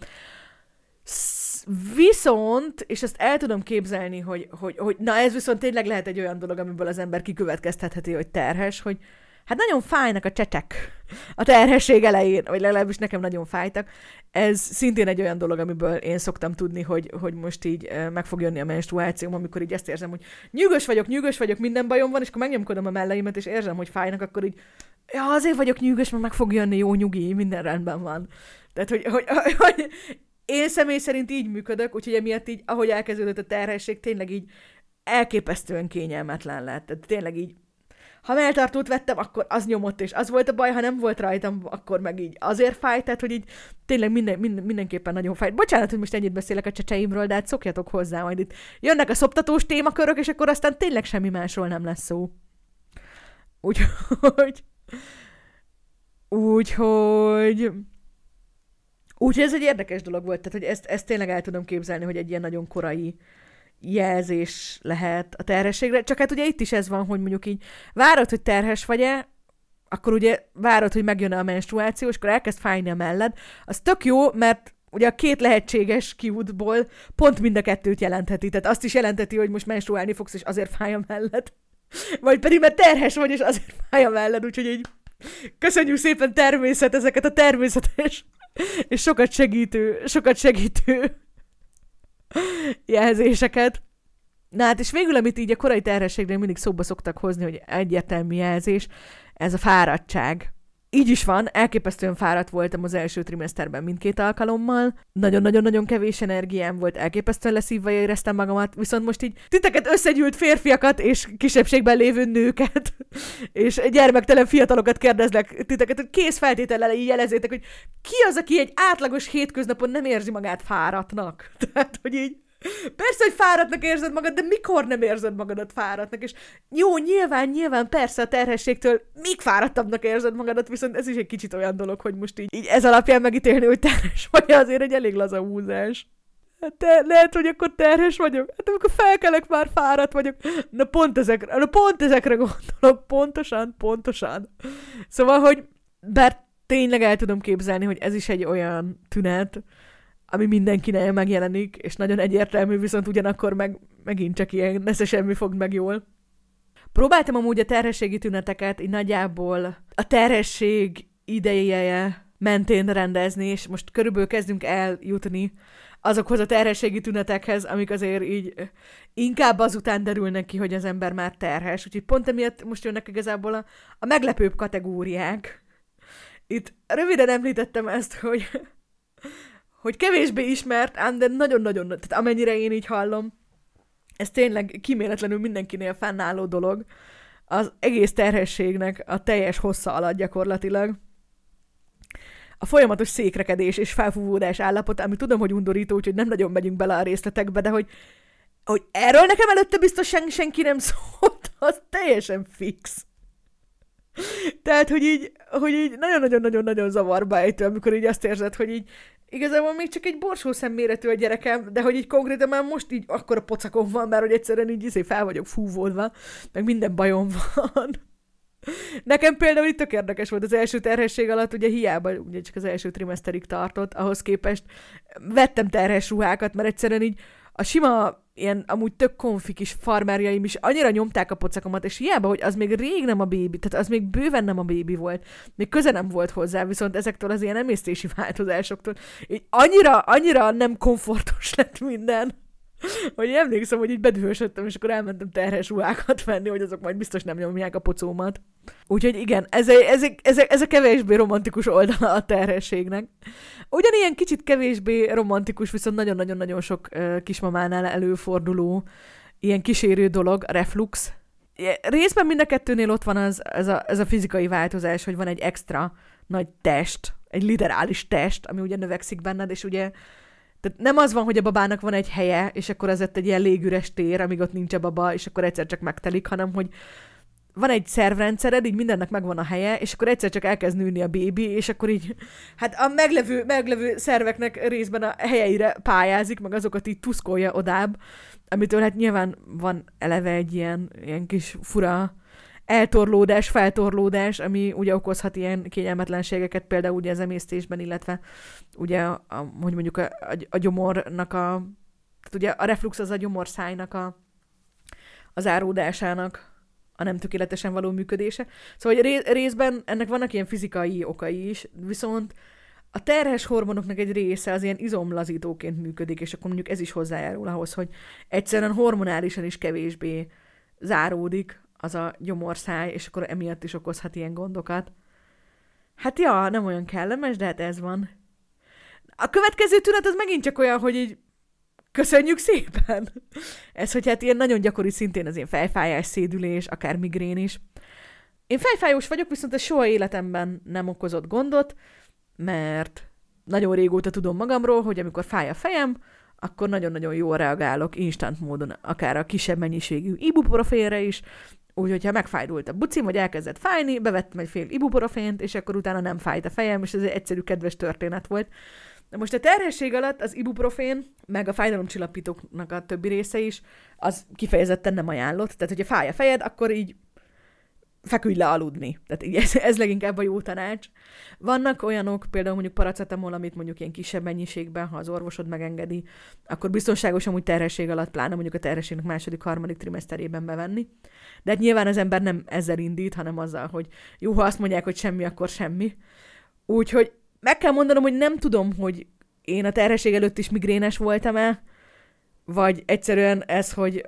Viszont, és ezt el tudom képzelni, hogy, hogy, hogy na ez viszont tényleg lehet egy olyan dolog, amiből az ember kikövetkeztetheti, hogy terhes, hogy hát nagyon fájnak a csecsek a terhesség elején, vagy legalábbis nekem nagyon fájtak. Ez szintén egy olyan dolog, amiből én szoktam tudni, hogy, hogy most így meg fog jönni a menstruációm, amikor így ezt érzem, hogy nyűgös vagyok, nyűgös vagyok, minden bajom van, és akkor megnyomkodom a melleimet, és érzem, hogy fájnak, akkor így, ja, azért vagyok nyűgös, mert meg fog jönni, jó nyugi, minden rendben van. Tehát, hogy, hogy, hogy én személy szerint így működök, úgyhogy emiatt így, ahogy elkezdődött a terhesség, tényleg így elképesztően kényelmetlen lett. Tehát tényleg így ha melltartót vettem, akkor az nyomott, és az volt a baj, ha nem volt rajtam, akkor meg így azért fájt, tehát hogy így tényleg minden, minden, mindenképpen nagyon fájt. Bocsánat, hogy most ennyit beszélek a csecseimről, de hát szokjatok hozzá, majd itt jönnek a szoptatós témakörök, és akkor aztán tényleg semmi másról nem lesz szó. Úgyhogy... Úgyhogy... Úgyhogy ez egy érdekes dolog volt, tehát hogy ezt, ezt tényleg el tudom képzelni, hogy egy ilyen nagyon korai jelzés lehet a terhességre, csak hát ugye itt is ez van, hogy mondjuk így várod, hogy terhes vagy-e, akkor ugye várod, hogy megjön a menstruáció, és akkor elkezd fájni a melled. Az tök jó, mert ugye a két lehetséges kiútból pont mind a kettőt jelentheti. Tehát azt is jelenteti, hogy most menstruálni fogsz, és azért fáj a melled. Vagy pedig, mert terhes vagy, és azért fáj a melled, úgyhogy így köszönjük szépen természet, ezeket a természetes és sokat segítő, sokat segítő jelzéseket. Na hát, és végül, amit így a korai terhességnél mindig szóba szoktak hozni, hogy egyértelmű jelzés, ez a fáradtság. Így is van, elképesztően fáradt voltam az első trimeszterben mindkét alkalommal. Nagyon-nagyon-nagyon kevés energiám volt, elképesztően leszívva éreztem magamat, viszont most így titeket összegyűlt férfiakat és kisebbségben lévő nőket, és gyermektelen fiatalokat kérdezlek titeket, hogy kész feltétellel így jelezzétek, hogy ki az, aki egy átlagos hétköznapon nem érzi magát fáradtnak. Tehát, hogy így persze, hogy fáradtnak érzed magad, de mikor nem érzed magadat fáradtnak? És jó, nyilván, nyilván, persze a terhességtől még fáradtabbnak érzed magadat, viszont ez is egy kicsit olyan dolog, hogy most így, így ez alapján megítélni, hogy terhes vagy, azért egy elég laza húzás. Hát te, lehet, hogy akkor terhes vagyok. Hát amikor felkelek, már fáradt vagyok. Na pont ezekre, na pont ezekre gondolok. Pontosan, pontosan. Szóval, hogy bár tényleg el tudom képzelni, hogy ez is egy olyan tünet, ami mindenkinél megjelenik, és nagyon egyértelmű, viszont ugyanakkor meg, megint csak ilyen nesze semmi fog meg jól. Próbáltam amúgy a terhességi tüneteket így nagyjából a terhesség ideje mentén rendezni, és most körülbelül kezdünk eljutni azokhoz a terhességi tünetekhez, amik azért így inkább azután derülnek ki, hogy az ember már terhes. Úgyhogy pont emiatt most jönnek igazából a, a meglepőbb kategóriák. Itt röviden említettem ezt, hogy, hogy kevésbé ismert, ám de nagyon-nagyon, tehát amennyire én így hallom, ez tényleg kíméletlenül mindenkinél fennálló dolog, az egész terhességnek a teljes hossza alatt gyakorlatilag. A folyamatos székrekedés és felfúvódás állapot, ami tudom, hogy undorító, úgyhogy nem nagyon megyünk bele a részletekbe, de hogy, hogy erről nekem előtte biztos sen, senki nem szólt, az teljesen fix. Tehát, hogy így, hogy így nagyon-nagyon-nagyon-nagyon zavarba ejtő, amikor így azt érzed, hogy így igazából még csak egy borsószem méretű a gyerekem, de hogy így konkrétan már most így akkora pocakom van, mert hogy egyszerűen így izé fel vagyok fúvódva, meg minden bajom van. Nekem például itt tök érdekes volt az első terhesség alatt, ugye hiába ugye csak az első trimeszterig tartott, ahhoz képest vettem terhes ruhákat, mert egyszerűen így a sima, ilyen amúgy tök konfi kis farmerjaim is annyira nyomták a pocakomat, és hiába, hogy az még rég nem a bébi, tehát az még bőven nem a bébi volt, még köze nem volt hozzá, viszont ezektől az ilyen emésztési változásoktól így annyira, annyira nem komfortos lett minden, hogy emlékszem, hogy így bedühösödtem, és akkor elmentem terhes ruhákat venni, hogy azok majd biztos nem nyomják a pocómat. Úgyhogy igen, ez, ez, ez, ez a kevésbé romantikus oldala a terhességnek. Ugyanilyen kicsit kevésbé romantikus, viszont nagyon-nagyon-nagyon sok uh, kismamánál előforduló ilyen kísérő dolog, a reflux. Részben mind a kettőnél ott van az, ez, a, ez a fizikai változás, hogy van egy extra nagy test, egy literális test, ami ugye növekszik benned, és ugye tehát nem az van, hogy a babának van egy helye, és akkor ez egy ilyen légüres tér, amíg ott nincs a baba, és akkor egyszer csak megtelik, hanem hogy van egy szervrendszered, így mindennek megvan a helye, és akkor egyszer csak elkezd nőni a bébi, és akkor így, hát a meglevő, meglevő szerveknek részben a helyeire pályázik, meg azokat így tuszkolja odább, amitől hát nyilván van eleve egy ilyen, ilyen kis fura eltorlódás, feltorlódás, ami ugye okozhat ilyen kényelmetlenségeket, például ugye az emésztésben, illetve ugye, a, a, hogy mondjuk a, a, a gyomornak a, tehát ugye a reflux az a gyomorszájnak a, az áródásának a nem tökéletesen való működése. Szóval ré, részben ennek vannak ilyen fizikai okai is, viszont a terhes hormonoknak egy része az ilyen izomlazítóként működik, és akkor mondjuk ez is hozzájárul ahhoz, hogy egyszerűen hormonálisan is kevésbé záródik az a gyomorszáj, és akkor emiatt is okozhat ilyen gondokat. Hát ja, nem olyan kellemes, de hát ez van. A következő tünet az megint csak olyan, hogy így köszönjük szépen! Ez, hogy hát ilyen nagyon gyakori szintén az ilyen fejfájás, szédülés, akár migrén is. Én fejfájós vagyok, viszont ez soha életemben nem okozott gondot, mert nagyon régóta tudom magamról, hogy amikor fáj a fejem, akkor nagyon-nagyon jól reagálok instant módon, akár a kisebb mennyiségű ibuprofénre is, úgyhogy ha megfájdult a bucim, vagy elkezdett fájni, bevettem egy fél ibuprofént, és akkor utána nem fájt a fejem, és ez egy egyszerű, kedves történet volt. De most a terhesség alatt az ibuprofén, meg a fájdalomcsillapítóknak a többi része is, az kifejezetten nem ajánlott. Tehát, hogyha fáj a fejed, akkor így feküdj le aludni. Tehát így ez, ez leginkább a jó tanács. Vannak olyanok, például mondjuk paracetamol, amit mondjuk ilyen kisebb mennyiségben, ha az orvosod megengedi, akkor biztonságos amúgy terhesség alatt, pláne mondjuk a terhességnek második, harmadik trimeszterében bevenni. De hát nyilván az ember nem ezzel indít, hanem azzal, hogy jó, ha azt mondják, hogy semmi, akkor semmi. Úgyhogy meg kell mondanom, hogy nem tudom, hogy én a terhesség előtt is migrénes voltam-e, vagy egyszerűen ez, hogy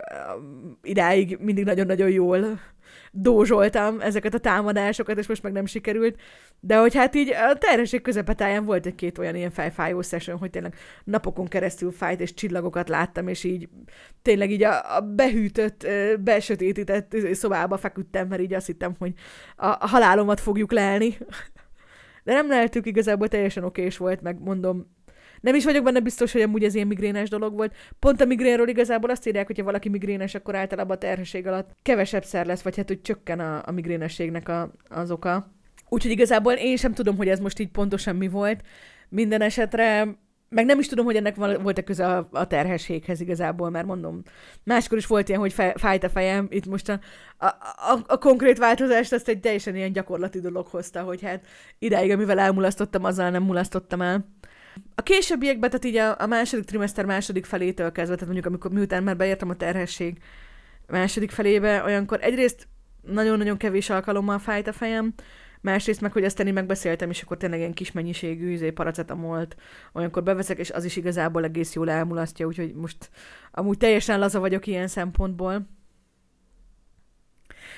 idáig mindig nagyon-nagyon jól dózsoltam ezeket a támadásokat, és most meg nem sikerült. De hogy hát így a terhesség közepetáján volt egy-két olyan ilyen fejfájó session, hogy tényleg napokon keresztül fájt, és csillagokat láttam, és így tényleg így a, a behűtött, besötétített szobába feküdtem, mert így azt hittem, hogy a, a halálomat fogjuk lelni. De nem lehetünk, igazából teljesen okés volt, meg mondom, nem is vagyok benne biztos, hogy amúgy ez ilyen migrénes dolog volt. Pont a migrénről igazából azt írják, hogyha valaki migrénes, akkor általában a terhesség alatt kevesebb szer lesz, vagy hát, hogy csökken a, a migrénességnek a, az oka. Úgyhogy igazából én sem tudom, hogy ez most így pontosan mi volt. Minden esetre, meg nem is tudom, hogy ennek volt-e köze a, a terhességhez igazából, mert mondom, máskor is volt ilyen, hogy fe, fájt a fejem, itt most a, a, a, a konkrét változást azt egy teljesen ilyen gyakorlati dolog hozta, hogy hát idáig, amivel elmulasztottam, azzal nem mulasztottam el. A későbbiekben, tehát így a, a második trimester második felétől kezdve, tehát mondjuk amikor miután már beértem a terhesség második felébe, olyankor egyrészt nagyon-nagyon kevés alkalommal fájt a fejem, másrészt meg, hogy ezt én megbeszéltem, és akkor tényleg ilyen kis mennyiségű izé, paracetamolt olyankor beveszek, és az is igazából egész jól elmulasztja, úgyhogy most amúgy teljesen laza vagyok ilyen szempontból.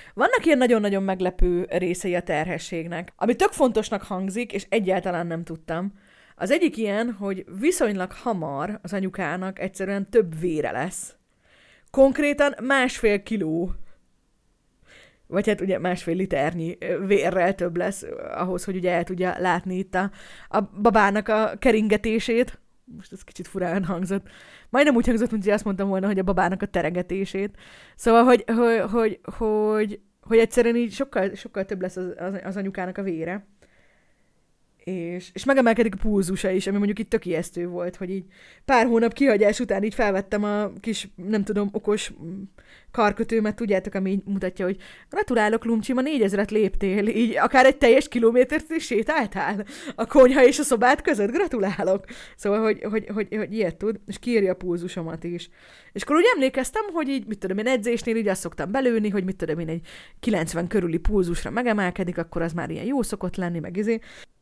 Vannak ilyen nagyon-nagyon meglepő részei a terhességnek, ami tök fontosnak hangzik, és egyáltalán nem tudtam. Az egyik ilyen, hogy viszonylag hamar az anyukának egyszerűen több vére lesz. Konkrétan másfél kiló, vagy hát ugye másfél liternyi vérrel több lesz ahhoz, hogy ugye el tudja látni itt a, a babának a keringetését. Most ez kicsit furán hangzott. Majdnem úgy hangzott, mint hogy azt mondtam volna, hogy a babának a teregetését. Szóval, hogy, hogy, hogy, hogy, hogy egyszerűen így sokkal, sokkal több lesz az, az, az anyukának a vére. És, és megemelkedik a pulzusa is, ami mondjuk itt tök ijesztő volt, hogy így pár hónap kihagyás után így felvettem a kis, nem tudom, okos karkötőmet, tudjátok, ami így mutatja, hogy gratulálok, Lumcsi, ma négyezret léptél, így akár egy teljes kilométert is sétáltál a konyha és a szobád között, gratulálok. Szóval, hogy, hogy, hogy, hogy ilyet tud, és kiírja a pulzusomat is. És akkor úgy emlékeztem, hogy így, mit tudom én, edzésnél így azt szoktam belőni, hogy mit tudom én, egy kilencven körüli pulzusra megemelkedik, akkor az már ilyen jó szokott lenni, meg izé.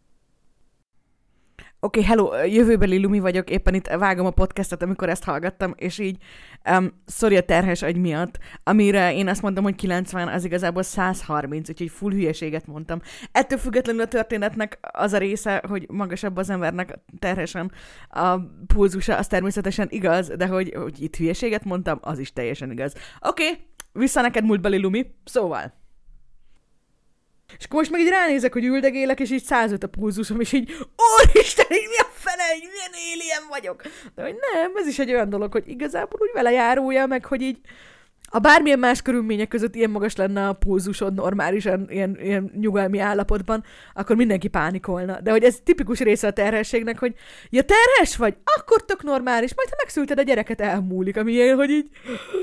Oké, okay, hello, jövőbeli Lumi vagyok, éppen itt vágom a podcastet, amikor ezt hallgattam, és így, um, sorry a terhes agy miatt, amire én azt mondtam, hogy kilencven, az igazából száz harminc, úgyhogy full hülyeséget mondtam. Ettől függetlenül a történetnek az a része, hogy magasabb az embernek terhesen a pulzusa, az természetesen igaz, de hogy, hogy itt hülyeséget mondtam, az is teljesen igaz. Oké, okay, vissza neked múltbeli Lumi, szóval... És akkor most meg így ránézek, hogy üldegélek, és így százöt a pulzusom, és így, úristen, így mi a fene, így milyen alien vagyok. De hogy nem, ez is egy olyan dolog, hogy igazából úgy vele járulja, meg hogy így, ha bármilyen más körülmények között ilyen magas lenne a pulzusod normálisan, ilyen, ilyen nyugalmi állapotban, akkor mindenki pánikolna. De hogy ez tipikus része a terhességnek, hogy ja, terhes vagy? Akkor tök normális, majd ha megszülted a gyereket, elmúlik, ami ilyen, hogy így...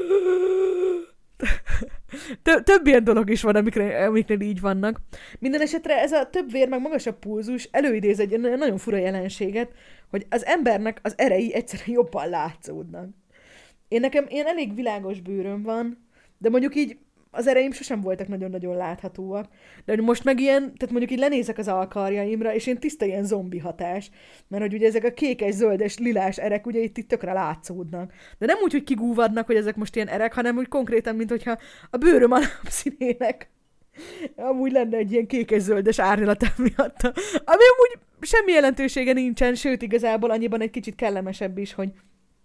Több ilyen dolog is van, amikre, amiknél így vannak. Minden esetre ez a több vér, meg magasabb pulzus előidéz egy nagyon fura jelenséget, hogy az embernek az erei egyszerűen jobban látszódnak. Én nekem ilyen elég világos bőröm van, de mondjuk így az ereim sosem voltak nagyon-nagyon láthatóak. De hogy most meg ilyen, tehát mondjuk így lenézek az alkarjaimra, és én tiszta ilyen zombi hatás. Mert hogy ugye ezek a kékes, zöldes, lilás erek ugye itt, itt tökre látszódnak. De nem úgy, hogy kigúvadnak, hogy ezek most ilyen erek, hanem úgy konkrétan, mint hogyha a bőröm a napszínének amúgy lenne egy ilyen kékes-zöldes árnyalat miatt. Ami amúgy semmi jelentősége nincsen, sőt igazából annyiban egy kicsit kellemesebb is, hogy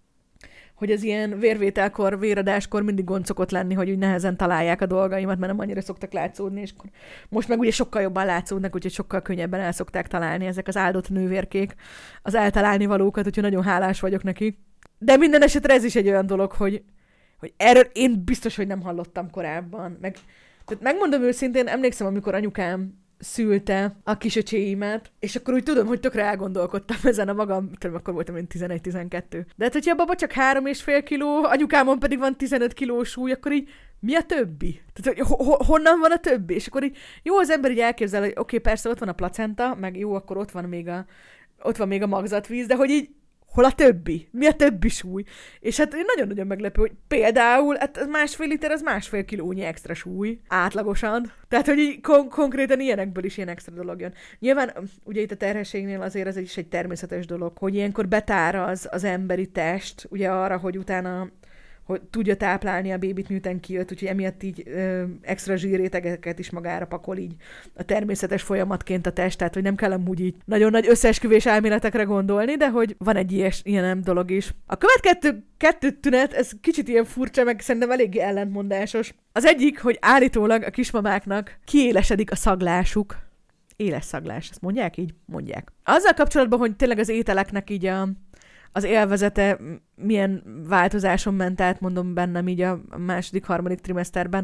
hogy az ilyen vérvételkor, véradáskor mindig gond szokott lenni, hogy úgy nehezen találják a dolgaimat, mert nem annyira szoktak látszódni, és akkor most meg ugye sokkal jobban látszódnak, úgyhogy sokkal könnyebben el szokták találni ezek az áldott nővérkék az eltalálni valókat, úgyhogy nagyon hálás vagyok neki. De minden esetre ez is egy olyan dolog, hogy, hogy erről én biztos, hogy nem hallottam korábban. Meg, tehát megmondom őszintén, emlékszem, amikor anyukám szülte a kisöcséimet, és akkor úgy tudom, hogy tökre elgondolkodtam ezen a magam, tudom, akkor voltam én tizenegy-tizenkettő. De hát, hogyha a baba csak három és fél kiló, anyukámon pedig van tizenöt kiló súly, akkor így mi a többi? Tehát, hogy ho- honnan van a többi? És akkor így jó, az ember így elképzel, hogy oké, okay, persze ott van a placenta, meg jó, akkor ott van még a, ott van még a magzatvíz, de hogy így hol a többi? Mi a többi súly? És hát nagyon-nagyon meglepő, hogy például hát az másfél liter, az másfél kilónyi extra súly, átlagosan. Tehát, hogy így kon- konkrétan ilyenekből is ilyen extra dolog jön. Nyilván, ugye itt a terhességnél azért ez is egy természetes dolog, hogy ilyenkor betáraz az emberi test, ugye arra, hogy utána hogy tudja táplálni a bébit, miután kijött, úgyhogy emiatt így ö, extra zsírrétegeket is magára pakol így a természetes folyamatként a test, tehát hogy nem kell amúgy így nagyon nagy összeesküvés elméletekre gondolni, de hogy van egy ilyes, ilyen dolog is. A következő kettő tünet, ez kicsit ilyen furcsa, meg szerintem eléggé ellentmondásos. Az egyik, hogy állítólag a kismamáknak kiélesedik a szaglásuk. Éles szaglás, ezt mondják így? Mondják. Azzal kapcsolatban, hogy tényleg az ételeknek így a az élvezete milyen változáson ment át, mondom bennem így a második, harmadik trimeszterben.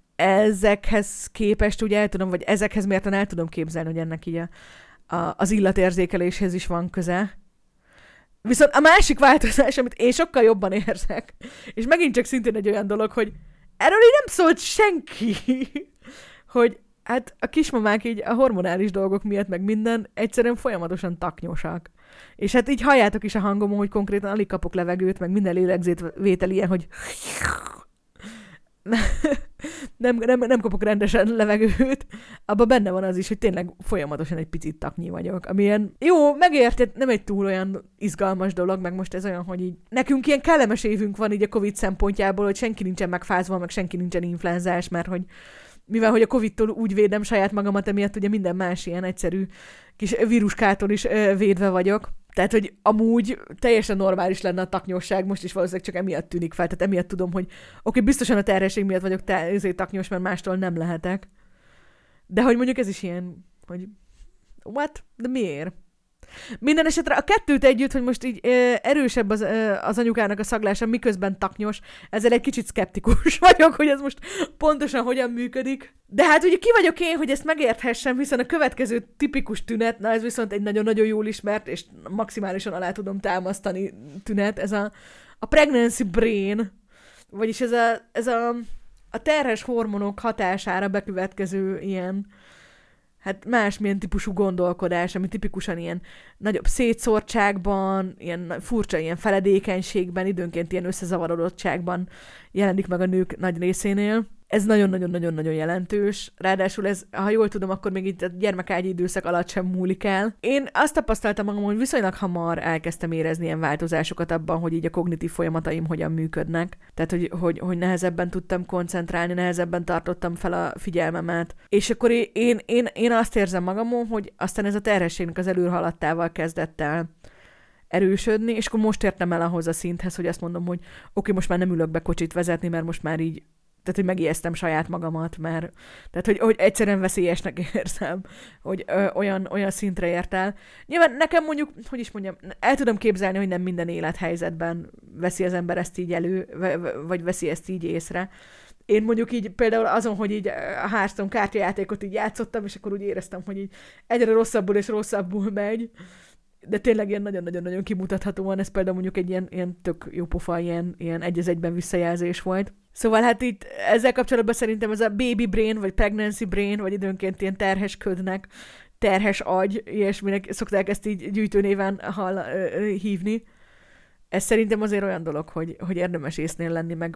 Ezekhez képest ugye el tudom, vagy ezekhez mérten el tudom képzelni, hogy ennek így a, a, az illatérzékeléshez is van köze. Viszont a másik változás, amit én sokkal jobban érzek, és megint csak szintén egy olyan dolog, hogy erről így nem szólt senki, hogy hát a kismamák így a hormonális dolgok miatt meg minden egyszerűen folyamatosan taknyosak. És hát így halljátok is a hangomon, hogy konkrétan alig kapok levegőt, meg minden lélegzetvétel ilyen, hogy nem, nem, nem kapok rendesen levegőt. Abban benne van az is, hogy tényleg folyamatosan egy picit taknyi vagyok. Ami ilyen, jó, megérted, nem egy túl olyan izgalmas dolog, meg most ez olyan, hogy így nekünk ilyen kellemes évünk van így a Covid szempontjából, hogy senki nincsen megfázva, meg senki nincsen influenzás, mert hogy mivel hogy a Covid-tól úgy védem saját magamat, emiatt ugye minden más ilyen egyszerű kis víruskától is védve vagyok. Tehát, hogy amúgy teljesen normális lenne a taknyosság, most is valószínűleg csak emiatt tűnik fel, tehát emiatt tudom, hogy oké, okay, biztosan a terhesség miatt vagyok te, ezért taknyos, mert mástól nem lehetek. De hogy mondjuk ez is ilyen, hogy what? De miért? Minden esetre a kettőt együtt, hogy most így ö, erősebb az, ö, az anyukának a szaglása, miközben taknyos, ezzel egy kicsit szkeptikus vagyok, hogy ez most pontosan hogyan működik. De hát ugye ki vagyok én, hogy ezt megérthessem, hiszen a következő tipikus tünet, na ez viszont egy nagyon-nagyon jól ismert, és maximálisan alá tudom támasztani tünet, ez a, a pregnancy brain, vagyis ez a, ez a, a terhes hormonok hatására bekövetkező ilyen, hát másmilyen típusú gondolkodás, ami tipikusan ilyen nagyobb szétszórtságban, ilyen furcsa ilyen feledékenységben, időnként ilyen összezavarodottságban jelenik meg a nők nagy részénél. Ez nagyon-nagyon-nagyon-nagyon jelentős. Ráadásul ez, ha jól tudom, akkor még itt a gyermekágyi időszak alatt sem múlik el. Én azt tapasztaltam magam, hogy viszonylag hamar elkezdtem érezni ilyen változásokat abban, hogy így a kognitív folyamataim hogyan működnek. Tehát, hogy, hogy, hogy nehezebben tudtam koncentrálni, nehezebben tartottam fel a figyelmemet. És akkor én, én, én azt érzem magamon, hogy aztán ez a terhességnek az előrhaladtával kezdett el erősödni, és akkor most értem el ahhoz a szinthez, hogy azt mondom, hogy oké, okay, most már nem ülök be kocsit vezetni, mert most már így tehát, hogy megijesztem saját magamat, mert tehát, hogy, hogy egyszerűen veszélyesnek érzem, hogy ö, olyan, olyan szintre ért el. Nyilván nekem mondjuk, hogy is mondjam, el tudom képzelni, hogy nem minden élethelyzetben veszi az ember ezt így elő, vagy veszi ezt így észre. Én mondjuk így például azon, hogy így a Hearthstone kártyajátékot így játszottam, és akkor úgy éreztem, hogy így egyre rosszabbul és rosszabbul megy, de tényleg ilyen nagyon-nagyon-nagyon kimutathatóan, ez például mondjuk egy ilyen, ilyen tök jópofa, ilyen, ilyen egy az egyben visszajelzés volt. Szóval hát itt ezzel kapcsolatban szerintem ez a baby brain, vagy pregnancy brain, vagy időnként ilyen terhes ködnek, terhes agy, ilyesminek szokták ezt így gyűjtőnéven hall, ö, hívni. Ez szerintem azért olyan dolog, hogy, hogy érdemes észnél lenni, meg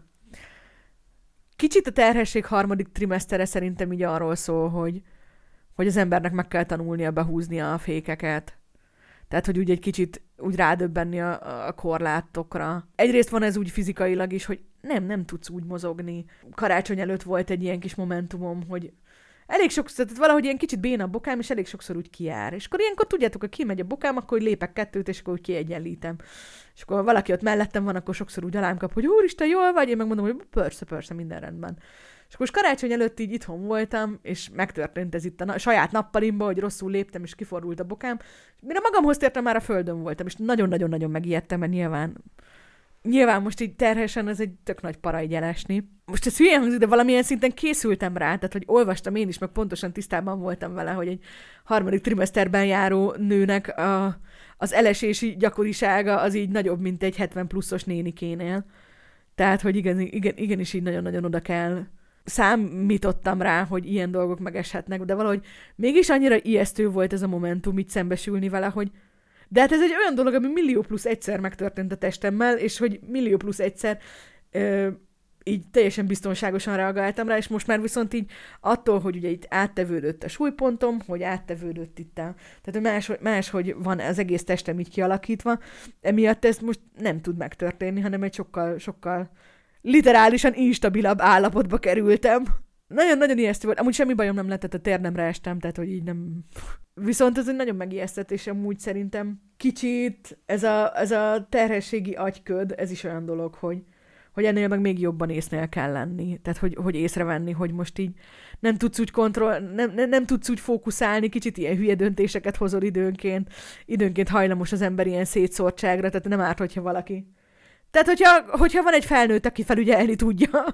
kicsit a terhesség harmadik trimesztere szerintem így arról szól, hogy, hogy az embernek meg kell tanulnia behúzni a fékeket. Tehát, hogy úgy egy kicsit úgy rádöbbenni a, a korlátokra. Egyrészt van ez úgy fizikailag is, hogy nem, nem tudsz úgy mozogni. Karácsony előtt volt egy ilyen kis momentumom, hogy elég sokszor, tehát valahogy ilyen kicsit béna a bokám, és elég sokszor úgy kijár. És akkor ilyenkor tudjátok, hogy kimegy a bokám, akkor hogy lépek kettőt, és akkor úgy kiegyenlítem. És akkor valaki ott mellettem van, akkor sokszor úgy alám kap, hogy úristen, jól vagy? Én megmondom, hogy persze, persze, minden rendben. És akkor karácsony előtt így itthon voltam, és megtörtént ez itt a na- saját nappalimba, hogy rosszul léptem, és kifordult a bokám. Mire magamhoz tértem, már a földön voltam, és nagyon-nagyon-nagyon megijedtem, mert nyilván, nyilván most így terhesen ez egy tök nagy para így elesni. Most ez hülyén hangzik, de valamilyen szinten készültem rá, tehát hogy olvastam én is, meg pontosan tisztában voltam vele, hogy egy harmadik trimeszterben járó nőnek a, az elesési gyakorisága az így nagyobb, mint egy hetven pluszos nénikénél. Tehát, hogy igen, igen, igenis így nagyon-nagyon oda kell. Számítottam rá, hogy ilyen dolgok megeshetnek, de valahogy mégis annyira ijesztő volt ez a momentum így szembesülni vele, hogy de hát ez egy olyan dolog, ami millió plusz egyszer megtörtént a testemmel, és hogy millió plusz egyszer ö, így teljesen biztonságosan reagáltam rá, és most már viszont így attól, hogy ugye itt áttevődött a súlypontom, hogy áttevődött itt a, tehát más, máshogy van az egész testem így kialakítva, emiatt ez most nem tud megtörténni, hanem egy sokkal, sokkal literálisan instabilabb állapotba kerültem. Nagyon-nagyon ijesztő volt. Amúgy semmi bajom nem lett, tehát a térnemre estem, tehát hogy így nem... Viszont ez egy nagyon megijesztett, és amúgy szerintem kicsit ez a, ez a terhességi agyköd, ez is olyan dolog, hogy, hogy ennél meg még jobban észnél kell lenni. Tehát, hogy, hogy észrevenni, hogy most így nem tudsz úgy kontroll, nem, nem, nem tudsz úgy fókuszálni, kicsit ilyen hülye döntéseket hozol időnként. Időnként hajlamos az ember ilyen szétszórtságra, tehát nem árt, hogyha valaki... Tehát, hogyha, hogyha van egy felnőtt, aki felügyelni tudja.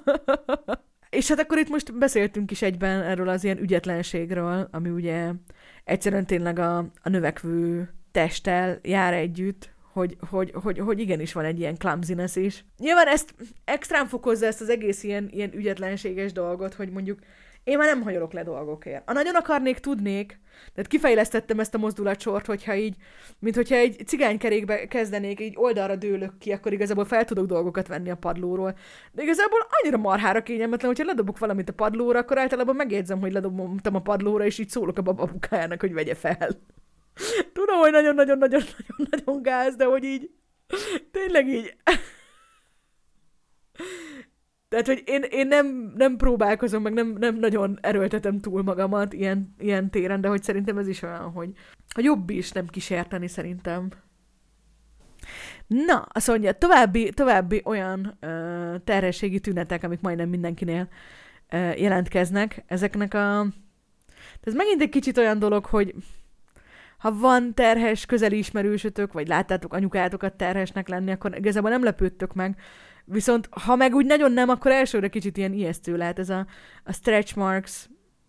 És hát akkor itt most beszéltünk is egyben erről az ilyen ügyetlenségről, ami ugye egyszerűen tényleg a, a növekvő testtel jár együtt, hogy, hogy, hogy, hogy igenis van egy ilyen clumsiness is. Nyilván ezt extrán fokozza ezt az egész ilyen, ilyen ügyetlenséges dolgot, hogy mondjuk én már nem hajolok le dolgokért. Ha nagyon akarnék, tudnék, tehát kifejlesztettem ezt a mozdulatsort, hogyha így, mint hogyha egy cigánykerékbe kezdenék, így oldalra dőlök ki, akkor igazából fel tudok dolgokat venni a padlóról. De igazából annyira marhára kényelmetlen, hogyha ledobok valamit a padlóra, akkor általában megjegyzem, hogy ledobtam a padlóra, és így szólok a babukájának, hogy vegye fel. Tudom, hogy nagyon-nagyon-nagyon-nagyon gáz, de hogy így, tényleg így... Tehát, hogy én, én nem, nem próbálkozom, meg nem, nem nagyon erőltetem túl magamat ilyen, ilyen téren, de hogy szerintem ez is olyan, hogy, hogy jobb is nem kísérteni szerintem. Na, azt mondja, további, további olyan ö, terhességi tünetek, amik majdnem mindenkinél ö, jelentkeznek. Ezeknek a... Ez megint egy kicsit olyan dolog, hogy ha van terhes közeli ismerősötök, vagy láttátok anyukátokat terhesnek lenni, akkor igazából nem lepődtök meg. Viszont ha meg úgy nagyon nem, akkor elsőre kicsit ilyen ijesztő lehet. Ez a, a stretch marks,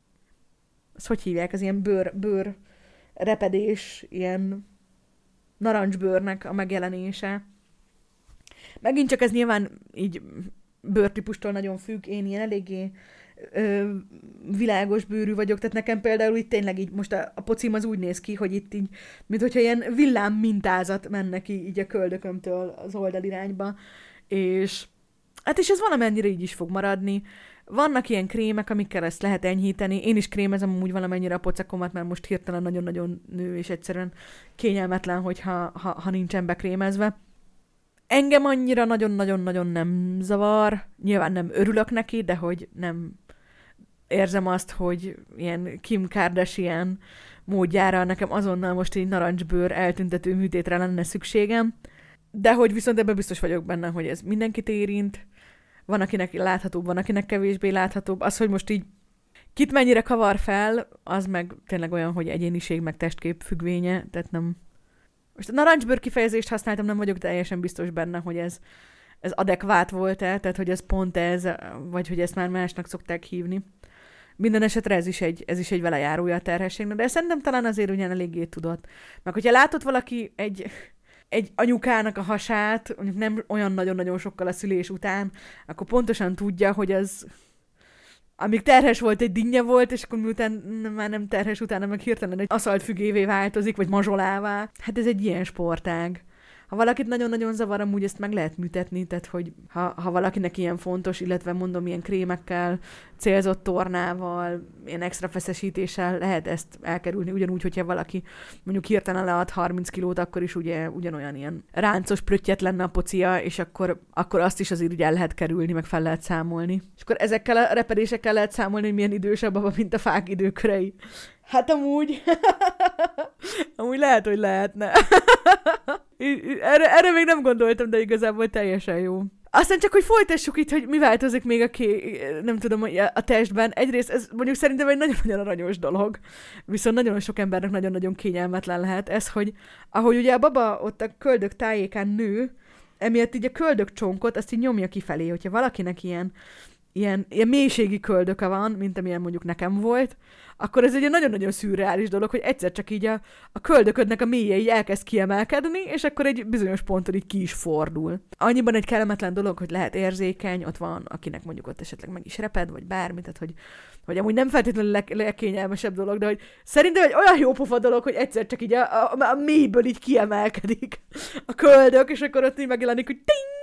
ezt hogy hívják? Az ilyen bőr, bőr repedés, ilyen narancsbőrnek a megjelenése. Megint csak ez nyilván így bőrtípustól nagyon függ. Én ilyen eléggé ö, világos bőrű vagyok, tehát nekem például itt tényleg így most a, a pocim az úgy néz ki, hogy itt így, mint hogyha ilyen villám mintázat menne ki így a köldökömtől az oldalirányba, és hát és ez valamennyire így is fog maradni. Vannak ilyen krémek, amikkel ezt lehet enyhíteni. Én is krémezem amúgy valamennyire a pocakomat, mert most hirtelen nagyon-nagyon nő, és egyszerűen kényelmetlen, hogyha ha, ha nincsen bekrémezve. Engem annyira nagyon-nagyon-nagyon nem zavar. Nyilván nem örülök neki, de hogy nem érzem azt, hogy ilyen Kim Kardashian módjára nekem azonnal most egy narancsbőr eltüntető műtétre lenne szükségem. De hogy viszont ebben biztos vagyok benne, hogy ez mindenkit érint. Van, akinek láthatóbb, van, akinek kevésbé láthatóbb. Az, hogy most így kit mennyire kavar fel, az meg tényleg olyan, hogy egyéniség, meg testkép függvénye, tehát nem... Most a narancsbőr kifejezést használtam, nem vagyok teljesen biztos benne, hogy ez, ez adekvát volt-e, tehát hogy ez pont ez, vagy hogy ezt már másnak szokták hívni. Minden esetre ez is egy, ez is egy velejárója a terhességnek, de szerintem talán azért ugyan eléggé tudott. Meg hogyha látott valaki egy... egy anyukának a hasát, mondjuk nem olyan nagyon-nagyon sokkal a szülés után, akkor pontosan tudja, hogy az, amíg terhes volt, egy dinnye volt, és akkor miután már nem terhes utána, meg hirtelen egy aszaltfügévé változik, vagy mazsolává. Hát ez egy ilyen sportág. Ha valakit nagyon-nagyon zavar, amúgy ezt meg lehet műtetni, tehát hogy ha, ha valakinek ilyen fontos, illetve mondom, ilyen krémekkel, célzott tornával, ilyen extra feszesítéssel lehet ezt elkerülni, ugyanúgy, hogyha valaki mondjuk hirtelen lead harminc kilót, akkor is ugye ugyanolyan ilyen ráncos pröttyet lenne a pocia, és akkor, akkor azt is azért ugye el lehet kerülni, meg fel lehet számolni. És akkor ezekkel a repedésekkel lehet számolni, hogy milyen idősebb abban, mint a fák időkörei. Hát amúgy... amúgy lehet, hogy lehetne. erre, erre még nem gondoltam, de igazából teljesen jó. Aztán csak, hogy folytassuk itt, hogy mi változik még a ké... nem tudom, a testben. Egyrészt ez mondjuk szerintem egy nagyon-nagyon aranyos dolog, viszont nagyon sok embernek nagyon-nagyon kényelmetlen lehet ez, hogy ahogy ugye a baba ott a köldök tájékán nő, emiatt így a köldök csonkot, azt így nyomja kifelé, hogyha valakinek ilyen Ilyen, ilyen mélységi köldöke van, mint amilyen mondjuk nekem volt, akkor ez egy nagyon-nagyon szürreális dolog, hogy egyszer csak így a, a köldöködnek a mélye így elkezd kiemelkedni, és akkor egy bizonyos ponton így ki is fordul. Annyiban egy kellemetlen dolog, hogy lehet érzékeny, ott van, akinek mondjuk ott esetleg meg is reped, vagy bármi, tehát hogy, hogy amúgy nem feltétlenül leg, legkényelmesebb dolog, de hogy szerintem egy olyan jó pofa dolog, hogy egyszer csak így a, a, a mélyből így kiemelkedik a köldök, és akkor ott így megjelenik, hogy ting!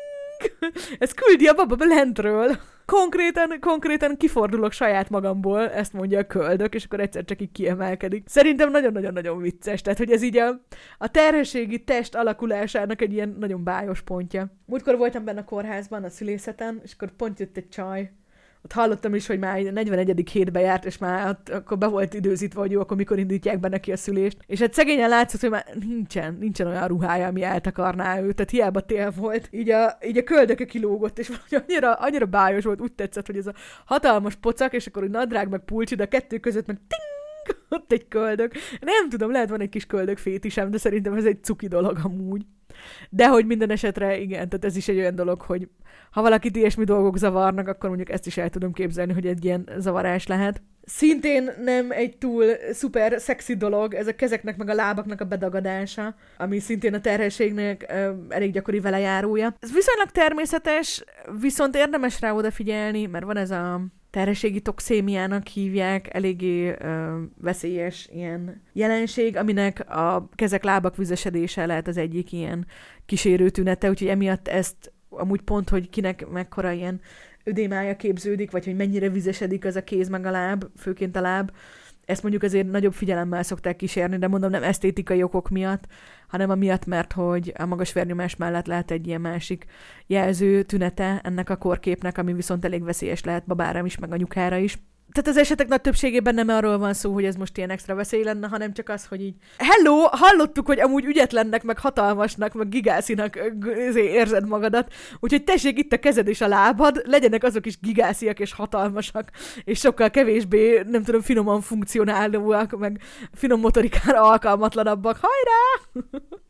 Ez küldi a baba lentről. Konkrétan, konkrétan kifordulok saját magamból, ezt mondja a köldök, és akkor egyszer csak így kiemelkedik. Szerintem nagyon-nagyon-nagyon vicces, tehát hogy ez így a, a terhességi test alakulásának egy ilyen nagyon bájos pontja. Múltkor voltam benne a kórházban, a szülészeten, és akkor pont jött egy csaj. Ott hallottam is, hogy már negyvenegyedik hétbe járt, és már ott, akkor be volt időzítve, hogy jó, akkor mikor indítják be neki a szülést. És hát szegényen látszott, hogy már nincsen, nincsen olyan ruhája, ami eltakarná őt, tehát hiába tél volt. Így a, így a köldöke kilógott, és annyira, annyira bájos volt, úgy tetszett, hogy ez a hatalmas pocak, és akkor úgy nadrág meg pulcsi, de a kettő között meg ting, ott egy köldök. Nem tudom, lehet van egy kis köldök fétisem, de szerintem ez egy cuki dolog amúgy. De hogy minden esetre, igen, tehát ez is egy olyan dolog, hogy ha valakit ilyesmi dolgok zavarnak, akkor mondjuk ezt is el tudom képzelni, hogy egy ilyen zavarás lehet. Szintén nem egy túl szuper szexi dolog, ez a kezeknek meg a lábaknak a bedagadása, ami szintén a terhességnek ö, elég gyakori velejárója. Ez viszonylag természetes, viszont érdemes rá odafigyelni, mert van ez a terhességi toxémiának hívják, eléggé ö, veszélyes ilyen jelenség, aminek a kezek-lábak vizesedése lehet az egyik ilyen kísérő tünete, úgyhogy emiatt ezt amúgy pont, hogy kinek mekkora ilyen ödémája képződik, vagy hogy mennyire vizesedik az a kéz meg a láb, főként a láb, Ezt mondjuk azért nagyobb figyelemmel szokták kísérni, de mondom nem esztétikai okok miatt, hanem amiatt, mert hogy a magas vérnyomás mellett lehet egy ilyen másik jelző tünete ennek a korképnek, ami viszont elég veszélyes lehet babára is, meg anyukára is. Tehát az esetek nagy többségében nem arról van szó, hogy ez most ilyen extra veszély lenne, hanem csak az, hogy így hello, hallottuk, hogy amúgy ügyetlennek, meg hatalmasnak, meg gigászinak érzed magadat, úgyhogy tessék itt a kezed és a lábad, legyenek azok is gigásziak és hatalmasak, és sokkal kevésbé, nem tudom, finoman funkcionálóak, meg finom motorikára alkalmatlanabbak. Hajrá!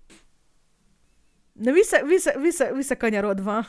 Na vissza, vissza, vissza, visszakanyarodva.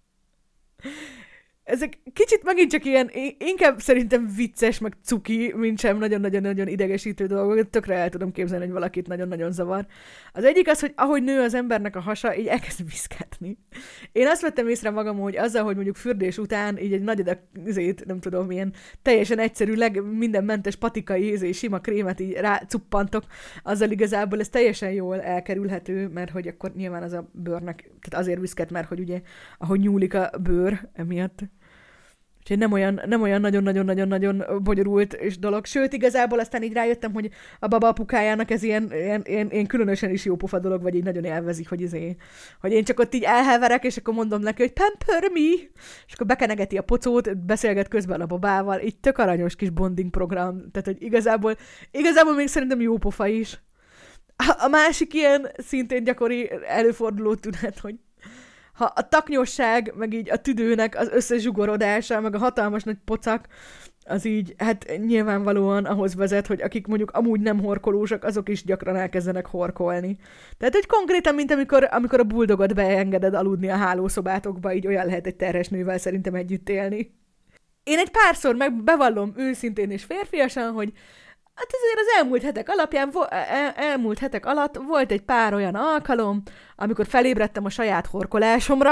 Ezek kicsit megint csak ilyen, inkább szerintem vicces, meg cuki, mint sem nagyon-nagyon-nagyon idegesítő dolgok. Tökre el tudom képzelni, hogy valakit nagyon-nagyon zavar. Az egyik az, hogy ahogy nő az embernek a hasa, így elkezd viszketni. Én azt vettem észre magam, hogy azzal, hogy mondjuk fürdés után így egy nagy adag, izét, nem tudom, ilyen teljesen egyszerű, leg, mindenmentes patikai, izé, sima krémet így rácuppantok, azzal igazából ez teljesen jól elkerülhető, mert hogy akkor nyilván az a bőrnek, tehát azért viszket, mert hogy ugye, ahogy nyúlik a bőr emiatt. Úgyhogy nem olyan, nem olyan nagyon-nagyon-nagyon-nagyon bonyolult és dolog. Sőt, igazából aztán így rájöttem, hogy a baba apukájának ez ilyen, ilyen, ilyen, ilyen különösen is jó pofa dolog, vagy így nagyon élvezik, hogy, izé, hogy én csak ott így elheverek, és akkor mondom neki, hogy pamper me, és akkor bekenegeti a pocót, beszélget közben a babával, így tök aranyos kis bonding program. Tehát, hogy igazából, igazából még szerintem jó pofa is. A, a másik ilyen szintén gyakori előforduló tünet, hogy ha a taknyosság, meg így a tüdőnek az összezsugorodása, meg a hatalmas nagy pocak, az így, hát nyilvánvalóan ahhoz vezet, hogy akik mondjuk amúgy nem horkolósak, azok is gyakran elkezdenek horkolni. Tehát, hogy konkrétan, mint amikor, amikor a bulldogot beengeded aludni a hálószobátokba, így olyan lehet egy terhes nővel szerintem együtt élni. Én egy párszor meg bevallom őszintén és férfiasan, hogy hát azért az elmúlt hetek alapján, el, elmúlt hetek alatt volt egy pár olyan alkalom, amikor felébredtem a saját horkolásomra.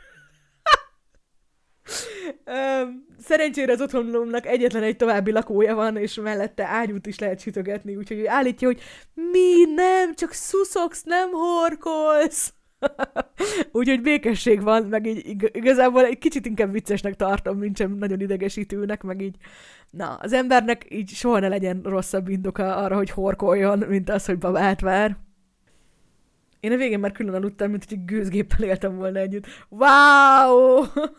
Szerencsére az otthonomnak egyetlen egy további lakója van, és mellette ágyút is lehet sütögetni, úgyhogy ő állítja, hogy mi nem, csak szuszogsz, nem horkolsz. Úgyhogy békesség van, meg így igazából egy kicsit inkább viccesnek tartom, mint sem nagyon idegesítőnek, meg így, na, az embernek így soha ne legyen rosszabb indoka arra, hogy horkoljon, mint az, hogy babát vár. Én a végén már külön aludtam, mint hogy gőzgéppel éltem volna együtt. Wow!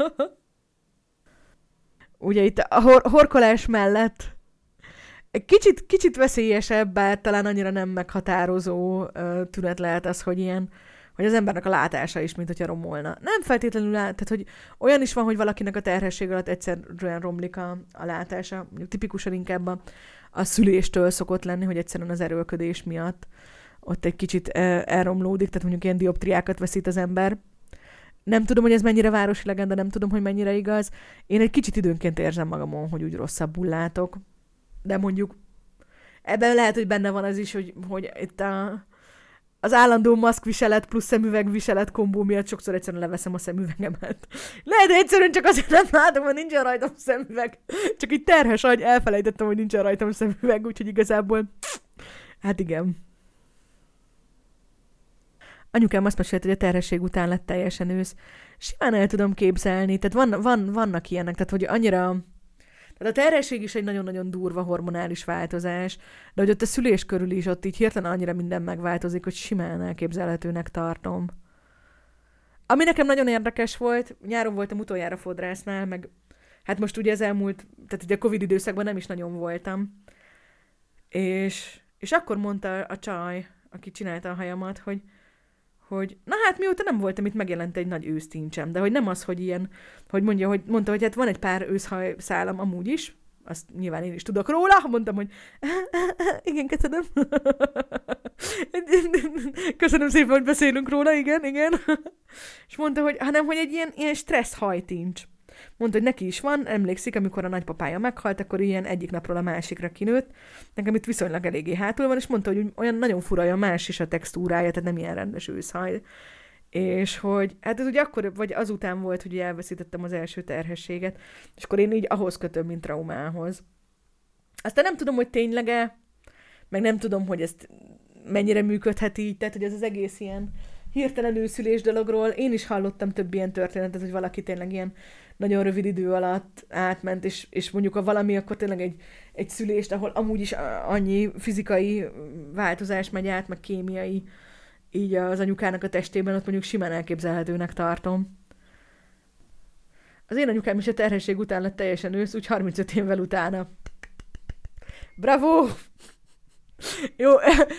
Ugye itt a hor- horkolás mellett egy kicsit, kicsit veszélyesebb, bár talán annyira nem meghatározó uh, tünet lehet az, hogy ilyen hogy az embernek a látása is, mint hogyha romolna. Nem feltétlenül lát, tehát hogy olyan is van, hogy valakinek a terhesség alatt egyszerűen romlik a, a látása, mondjuk tipikusan inkább a, a szüléstől szokott lenni, hogy egyszerűen az erőlködés miatt ott egy kicsit elromlódik, tehát mondjuk ilyen dioptriákat veszít az ember. Nem tudom, hogy ez mennyire városi legenda, nem tudom, hogy mennyire igaz. Én egy kicsit időnként érzem magamon, hogy úgy rosszabbul látok. De mondjuk ebben lehet, hogy benne van az is, hogy, hogy itt a az állandó maszkviselet plusz szemüvegviselet kombó miatt sokszor egyszerűen leveszem a szemüvegemet. Lehet, egyszerűen csak azért nem látom, hogy nincsen rajtam szemüveg. Csak így terhes agy, elfelejtettem, hogy nincsen rajtam szemüveg, úgyhogy igazából, hát igen. Anyukám azt mesélte, hogy a terhesség után lett teljesen ősz. Simán el tudom képzelni, tehát van, van, vannak ilyenek, tehát hogy annyira... Tehát a terhesség is egy nagyon-nagyon durva hormonális változás, de hogy ott a szülés körül is ott így hirtelen annyira minden megváltozik, hogy simán elképzelhetőnek tartom. Ami nekem nagyon érdekes volt, nyáron voltam utoljára fodrásznál, meg hát most ugye az elmúlt, tehát ugye a Covid időszakban nem is nagyon voltam. És, és akkor mondta a csaj, aki csinálta a hajamat, hogy hogy na hát mióta nem voltam, itt megjelent egy nagy ősztincsem, de hogy nem az, hogy ilyen, hogy mondja, hogy mondta, hogy hát van egy pár őszhajszálam amúgy is, azt nyilván én is tudok róla, mondtam, hogy igen, köszönöm. Köszönöm szépen, hogy beszélünk róla, igen, igen. És mondta, hogy hanem, hogy egy ilyen, ilyen stressz hajtincs. Mondta, hogy neki is van, emlékszik, amikor a nagypapája meghalt, akkor ilyen egyik napról a másikra kinőtt. Nekem itt viszonylag eléggé hátul van, és mondta, hogy olyan nagyon fura, más is a textúrája, tehát nem ilyen rendes őszhaj. És hogy, hát ez ugye akkor, vagy azután volt, hogy elveszítettem az első terhességet, és akkor én így ahhoz kötöm, mint traumához. Aztán nem tudom, hogy tényleg-e, meg nem tudom, hogy ezt mennyire működhet így, tehát hogy ez az egész ilyen hirtelen őszülés dologról. Én is hallottam több ilyen történetet, hogy valaki tényleg ilyen nagyon rövid idő alatt átment, és, és mondjuk a valami, akkor tényleg egy, egy szülést, ahol amúgy is annyi fizikai változás megy át, meg kémiai, így az anyukának a testében, ott mondjuk simán elképzelhetőnek tartom. Az én anyukám is a terhesség után lett teljesen ősz, úgy harmincöt évvel utána. Bravo! Jó.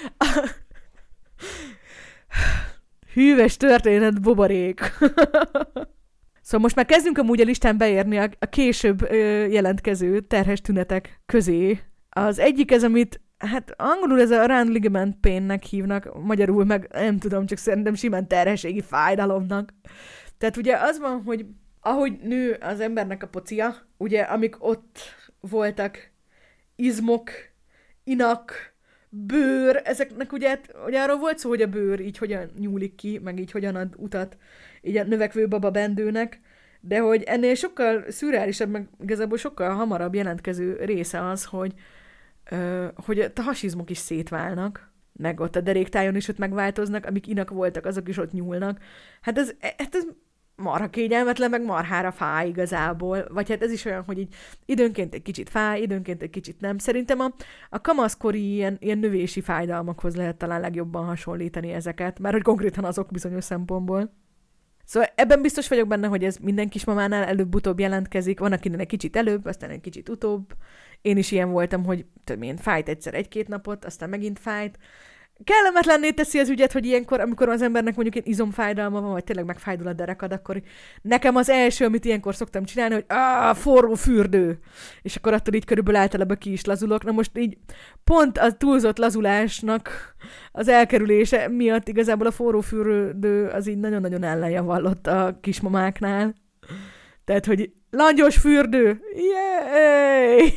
Hűvös történet, buborék. Szóval most már kezdünk amúgy a listán beérni a, a később ö, jelentkező terhes tünetek közé. Az egyik ez, amit hát angolul ez a round ligament pain-nek hívnak, magyarul meg nem tudom, csak szerintem simán terhességi fájdalomnak. Tehát ugye az van, hogy ahogy nő az embernek a pocia, ugye amik ott voltak izmok, inak, bőr, ezeknek ugye, ugye arról volt szó, hogy a bőr így hogyan nyúlik ki, meg így hogyan ad utat így a növekvő baba bendőnek, de hogy ennél sokkal szürreálisabb, meg igazából sokkal hamarabb jelentkező része az, hogy, ö, hogy a hasizmok is szétválnak, meg ott a deréktájon is ott megváltoznak, amik inak voltak, azok is ott nyúlnak. Hát ez, hát ez marha kényelmetlen, meg marhára fáj igazából. Vagy hát ez is olyan, hogy így időnként egy kicsit fáj, időnként egy kicsit nem. Szerintem a, a kamaszkori ilyen, ilyen növési fájdalmakhoz lehet talán legjobban hasonlítani ezeket, már hogy konkrétan azok bizonyos szempontból. Szóval ebben biztos vagyok benne, hogy ez minden kismamánál előbb-utóbb jelentkezik, van akinek egy kicsit előbb, aztán egy kicsit utóbb. Én is ilyen voltam, hogy több én fájt egyszer egy-két napot, aztán megint fájt. Kellemetlenné teszi az ügyet, hogy ilyenkor, amikor az embernek mondjuk egy izomfájdalma van, vagy tényleg megfájdul a derekad, akkor nekem az első, amit ilyenkor szoktam csinálni, hogy áh, forró fürdő. És akkor attól így körülbelül általában ki is lazulok. Na most így pont a túlzott lazulásnak az elkerülése miatt igazából a forró fürdő az így nagyon-nagyon ellenjavallott a kismamáknál. Tehát, hogy langyos fürdő, yay!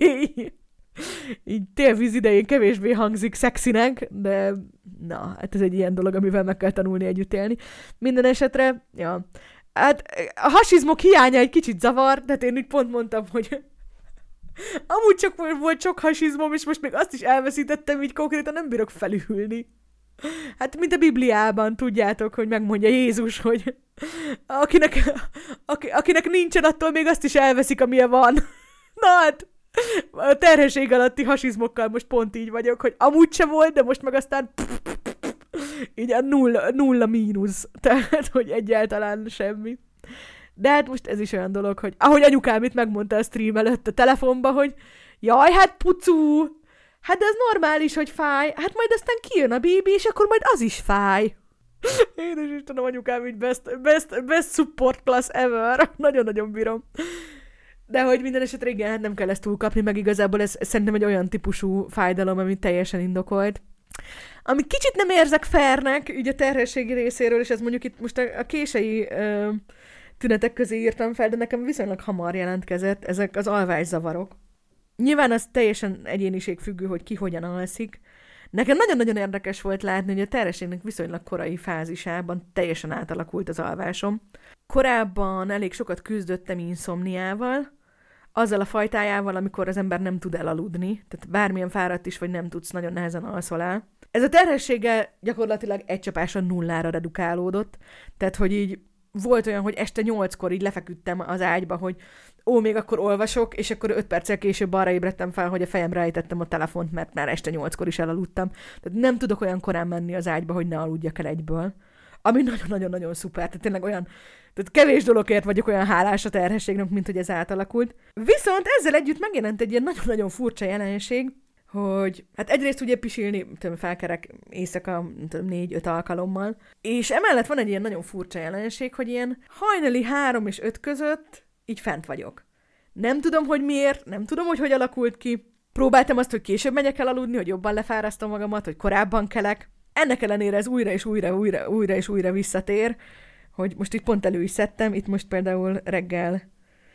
Így télvíz idején kevésbé hangzik szexinek, de na, hát ez egy ilyen dolog, amivel meg kell tanulni együtt élni. Minden esetre, ja, hát a hasizmok hiánya egy kicsit zavar, tehát én így pont mondtam, hogy amúgy csak volt sok hasizmom, és most még azt is elveszítettem, így konkrétan nem bírok felülni. Hát, mint a Bibliában, tudjátok, hogy megmondja Jézus, hogy akinek, aki, akinek nincsen, attól még azt is elveszik, amilyen van. Na hát, a terhesség alatti hasizmokkal most pont így vagyok, hogy amúgy se volt, de most meg aztán így a nulla, nulla mínusz. Tehát, hogy egyáltalán semmi. De hát most ez is olyan dolog, hogy ahogy anyukám itt megmondta a stream előtt a telefonba, hogy jaj, hát pucú, hát ez normális, hogy fáj, hát majd aztán kijön a bébi, és akkor majd az is fáj. Édes Istenem, anyukám így best, best, best support class ever. Nagyon-nagyon bírom. De hogy minden esetre igen, hát nem kell ezt túlkapni, meg igazából ez, ez szerintem egy olyan típusú fájdalom, ami teljesen indokolt. Amit kicsit nem érzek fairnek, ugye a terhességi részéről, és ez mondjuk itt most a, a kései ö, tünetek közé írtam fel, de nekem viszonylag hamar jelentkezett, ezek az alvászavarok. Nyilván az teljesen egyéniségfüggő, hogy ki hogyan alszik. Nekem nagyon-nagyon érdekes volt látni, hogy a terhességnek viszonylag korai fázisában teljesen átalakult az alvásom. Korábban elég sokat küzdöttem inszomniával, azzal a fajtájával, amikor az ember nem tud elaludni, tehát bármilyen fáradt is vagy nem tudsz, nagyon nehezen alszol el. Ez a terhességgel gyakorlatilag egy csapáson nullára redukálódott, tehát hogy így volt olyan, hogy este nyolckor így lefeküdtem az ágyba, hogy ó, még akkor olvasok, és akkor öt perccel később arra ébredtem fel, hogy a fejemre ejtettem a telefont, mert már este nyolckor is elaludtam. Tehát nem tudok olyan korán menni az ágyba, hogy ne aludjak el egyből. Ami nagyon-nagyon-nagyon szuper, tehát tényleg olyan, tehát kevés dologért vagyok olyan hálás a terhességnek, mint hogy ez átalakult. Viszont ezzel együtt megjelent egy ilyen nagyon-nagyon furcsa jelenség, hogy hát egyrészt ugye pisilni, tudom, felkerek éjszaka, tudom, négy-öt alkalommal, és emellett van egy ilyen nagyon furcsa jelenség, hogy ilyen hajnali három és öt között így fent vagyok. Nem tudom, hogy miért, nem tudom, hogy hogy alakult ki. Próbáltam azt, hogy később megyek el aludni, hogy jobban lefárasztom magamat, hogy korábban kelek. Ennek ellenére ez újra és újra, újra, újra és újra visszatér, hogy most itt pont elő is szedtem, itt most például reggel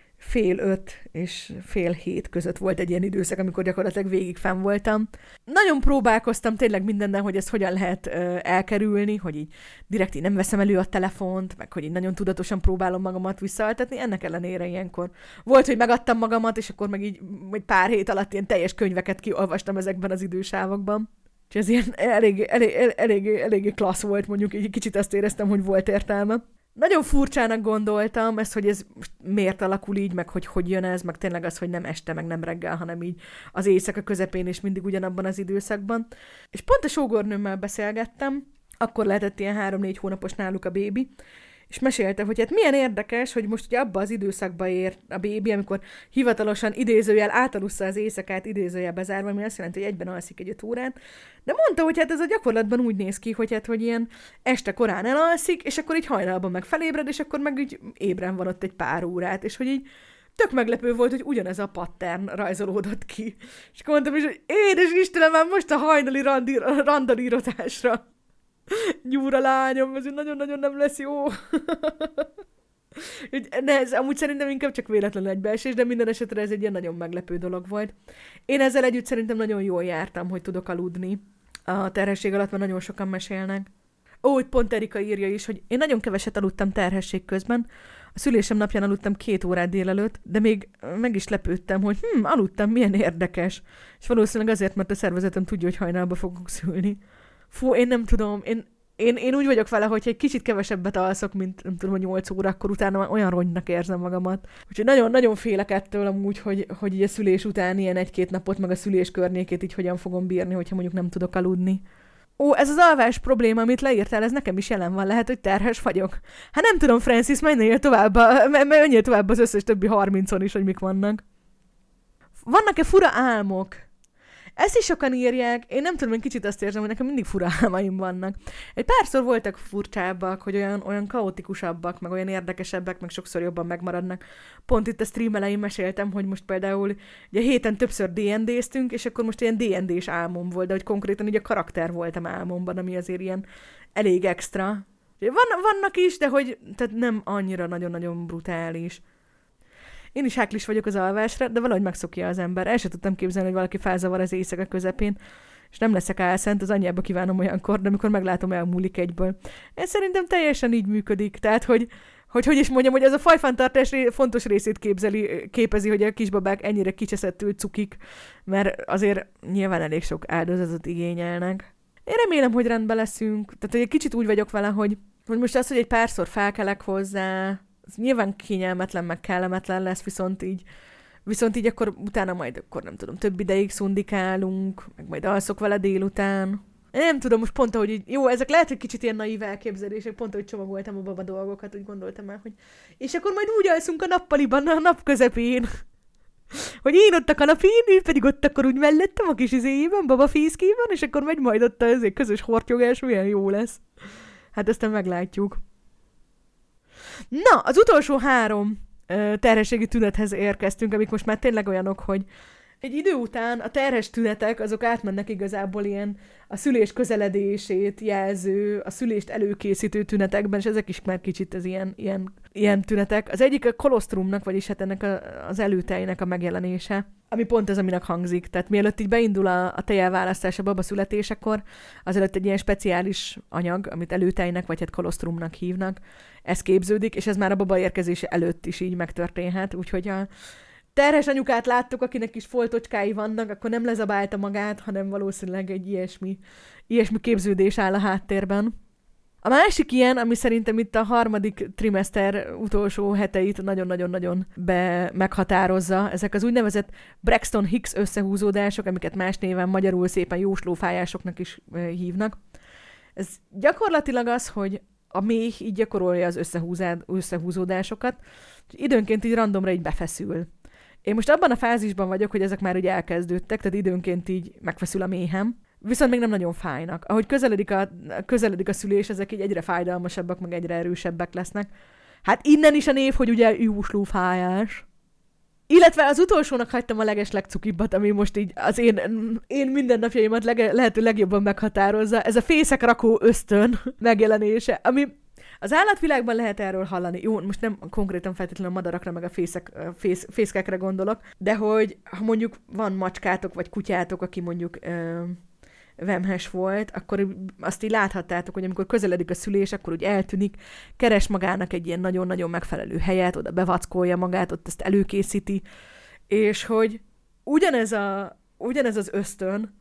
fél öt és fél hét között volt egy ilyen időszak, amikor gyakorlatilag végig fenn voltam. Nagyon próbálkoztam tényleg mindennel, hogy ezt hogyan lehet ö, elkerülni, hogy így direkt így nem veszem elő a telefont, meg hogy így nagyon tudatosan próbálom magamat visszaaltatni, ennek ellenére ilyenkor volt, hogy megadtam magamat, és akkor meg így egy pár hét alatt ilyen teljes könyveket kiolvastam ezekben az idősávokban. És ez ilyen elég, elég, elég, elég klassz volt, mondjuk így kicsit azt éreztem, hogy volt értelme. Nagyon furcsának gondoltam ezt, hogy ez most miért alakul így, meg hogy hogy jön ez, meg tényleg az, hogy nem este, meg nem reggel, hanem így az éjszaka közepén és mindig ugyanabban az időszakban. És pont a sógornőmmel beszélgettem, akkor lehetett ilyen három-négy hónapos náluk a bébi, és mesélte, hogy hát milyen érdekes, hogy most ugye abba az időszakba ér a bébi, amikor hivatalosan idézőjel átalussza az éjszakát, idézőjel bezárva, ami azt jelenti, hogy egyben alszik egy öt órát. De mondta, hogy hát ez a gyakorlatban úgy néz ki, hogy hát, hogy ilyen este korán elalszik, és akkor így hajnalban meg felébred, és akkor meg így ébren van ott egy pár órát, és hogy így tök meglepő volt, hogy ugyanez a pattern rajzolódott ki. És akkor mondtam is, hogy édes Istenem, már most a hajnali randi, randalírozásra nyúr a lányom, ez nagyon-nagyon nem lesz jó. De ez amúgy szerintem inkább csak véletlenül egybeesés, de minden esetre ez egy ilyen nagyon meglepő dolog volt. Én ezzel együtt szerintem nagyon jól jártam, hogy tudok aludni. A terhesség alatt már nagyon sokan mesélnek. Ó, hogy pont Erika írja is, hogy én nagyon keveset aludtam terhesség közben. A szülésem napján aludtam két órát délelőtt, de még meg is lepődtem, hogy hm, aludtam, milyen érdekes. És valószínűleg azért, mert a szervezetem tudja, hogy hajnalba fogok szülni. Fú, én nem tudom, én, én, én úgy vagyok vele, hogy egy kicsit kevesebbet alszok, mint nem tudom, a nyolc óra, akkor utána már olyan rongynak érzem magamat. Úgyhogy nagyon-nagyon félek ettől amúgy, hogy, hogy így a szülés után ilyen egy-két napot, meg a szülés környékét így hogyan fogom bírni, hogyha mondjuk nem tudok aludni. Ó, ez az alvás probléma, amit leírtál, ez nekem is jelen van, lehet, hogy terhes vagyok. Hát nem tudom, Francis, menjél tovább, menjél tovább az összes többi harmincon is, hogy mik vannak. Vannak-e fura álmok? Ezt is sokan írják, én nem tudom, én kicsit azt érzem, hogy nekem mindig fura álmaim vannak. Egy párszor voltak furcsábbak, hogy olyan, olyan kaotikusabbak, meg olyan érdekesebbek, meg sokszor jobban megmaradnak. Pont itt a stream elején meséltem, hogy most például ugye héten többször dé en dé-ztünk, és akkor most ilyen dé en dés álmom volt, de hogy konkrétan így a karakter voltam álmomban, ami azért ilyen elég extra. Van, vannak is, de hogy tehát nem annyira nagyon-nagyon brutális. Én is háklis vagyok az alvásra, de valahogy megszokja az ember. El sem tudtam képzelni, hogy valaki felzavar az éjszaka közepén, és nem leszek álszent, az anyjába kívánom olyankor, de amikor meglátom, elmúlik egyből. Én szerintem teljesen így működik, tehát, hogy hogy, hogy is mondjam, hogy ez a fajfenntartás fontos részét képzeli, képezi, hogy a kisbabák ennyire kicseszettül cukik, mert azért nyilván elég sok áldozatot igényelnek. Én remélem, hogy rendben leszünk, tehát hogy egy kicsit úgy vagyok vele, hogy, hogy most az, hogy egy párszor felkelek hozzá, ez nyilván kényelmetlen, meg kellemetlen lesz, viszont így, viszont így akkor utána majd akkor nem tudom, több ideig szundikálunk, meg majd alszok vele délután. Én nem tudom, most pont ahogy így, jó, ezek lehet, hogy kicsit ilyen naív elképzelések, pont ahogy csomagoltam a baba dolgokat, úgy gondoltam már, hogy és akkor majd úgy alszunk a nappaliban, a nap közepén, hogy én ott a kanapén, ő pedig ott akkor úgy mellettem a kis izéjében, baba fészkében, és akkor megy majd ott az közös hortyogás, milyen jó lesz. Hát aztán meglátjuk. Na, az utolsó három uh, terhességi tünethez érkeztünk, amik most már tényleg olyanok, hogy egy idő után a terhes tünetek, azok átmennek igazából ilyen a szülés közeledését jelző, a szülést előkészítő tünetekben, és ezek is már kicsit az ilyen, ilyen, ilyen tünetek. Az egyik a kolosztrumnak, vagyis hát ennek a, az előtejnek a megjelenése, ami pont ez, aminek hangzik. Tehát mielőtt így beindul a, a tejelválasztás a baba születésekor, azelőtt egy ilyen speciális anyag, amit előtejnek, vagy hát kolosztrumnak hívnak, ez képződik, és ez már a baba érkezése előtt is így megtörténhet, úgyhogy a terhes anyukát láttuk, akinek is foltocskái vannak, akkor nem lezabálta magát, hanem valószínűleg egy ilyesmi, ilyesmi képződés áll a háttérben. A másik ilyen, ami szerintem itt a harmadik trimester utolsó heteit nagyon-nagyon-nagyon be meghatározza, ezek az úgynevezett Braxton-Hicks összehúzódások, amiket más néven magyarul szépen jóslófájásoknak is hívnak. Ez gyakorlatilag az, hogy a méh így gyakorolja az összehúzódásokat, és időnként így randomra így befeszül. Én most abban a fázisban vagyok, hogy ezek már ugye elkezdődtek, tehát időnként így megfeszül a méhem, viszont még nem nagyon fájnak. Ahogy közeledik a, közeledik a szülés, ezek így egyre fájdalmasabbak, meg egyre erősebbek lesznek. Hát innen is a név, hogy ugye jóslófájás. Illetve az utolsónak hagytam a leges legcukibbat, ami most így az én, én mindennapjaimat lege, lehető legjobban meghatározza. Ez a fészek rakó ösztön megjelenése, ami az állatvilágban lehet erről hallani. Jó, most nem konkrétan feltétlenül a madarakra, meg a fészek, fész, fészkekre gondolok, de hogy ha mondjuk van macskátok, vagy kutyátok, aki mondjuk ö, vemhes volt, akkor azt így láthattátok, hogy amikor közeledik a szülés, akkor úgy eltűnik, keres magának egy ilyen nagyon-nagyon megfelelő helyet, oda bevackolja magát, ott ezt előkészíti, és hogy ugyanez, a, ugyanez az ösztön,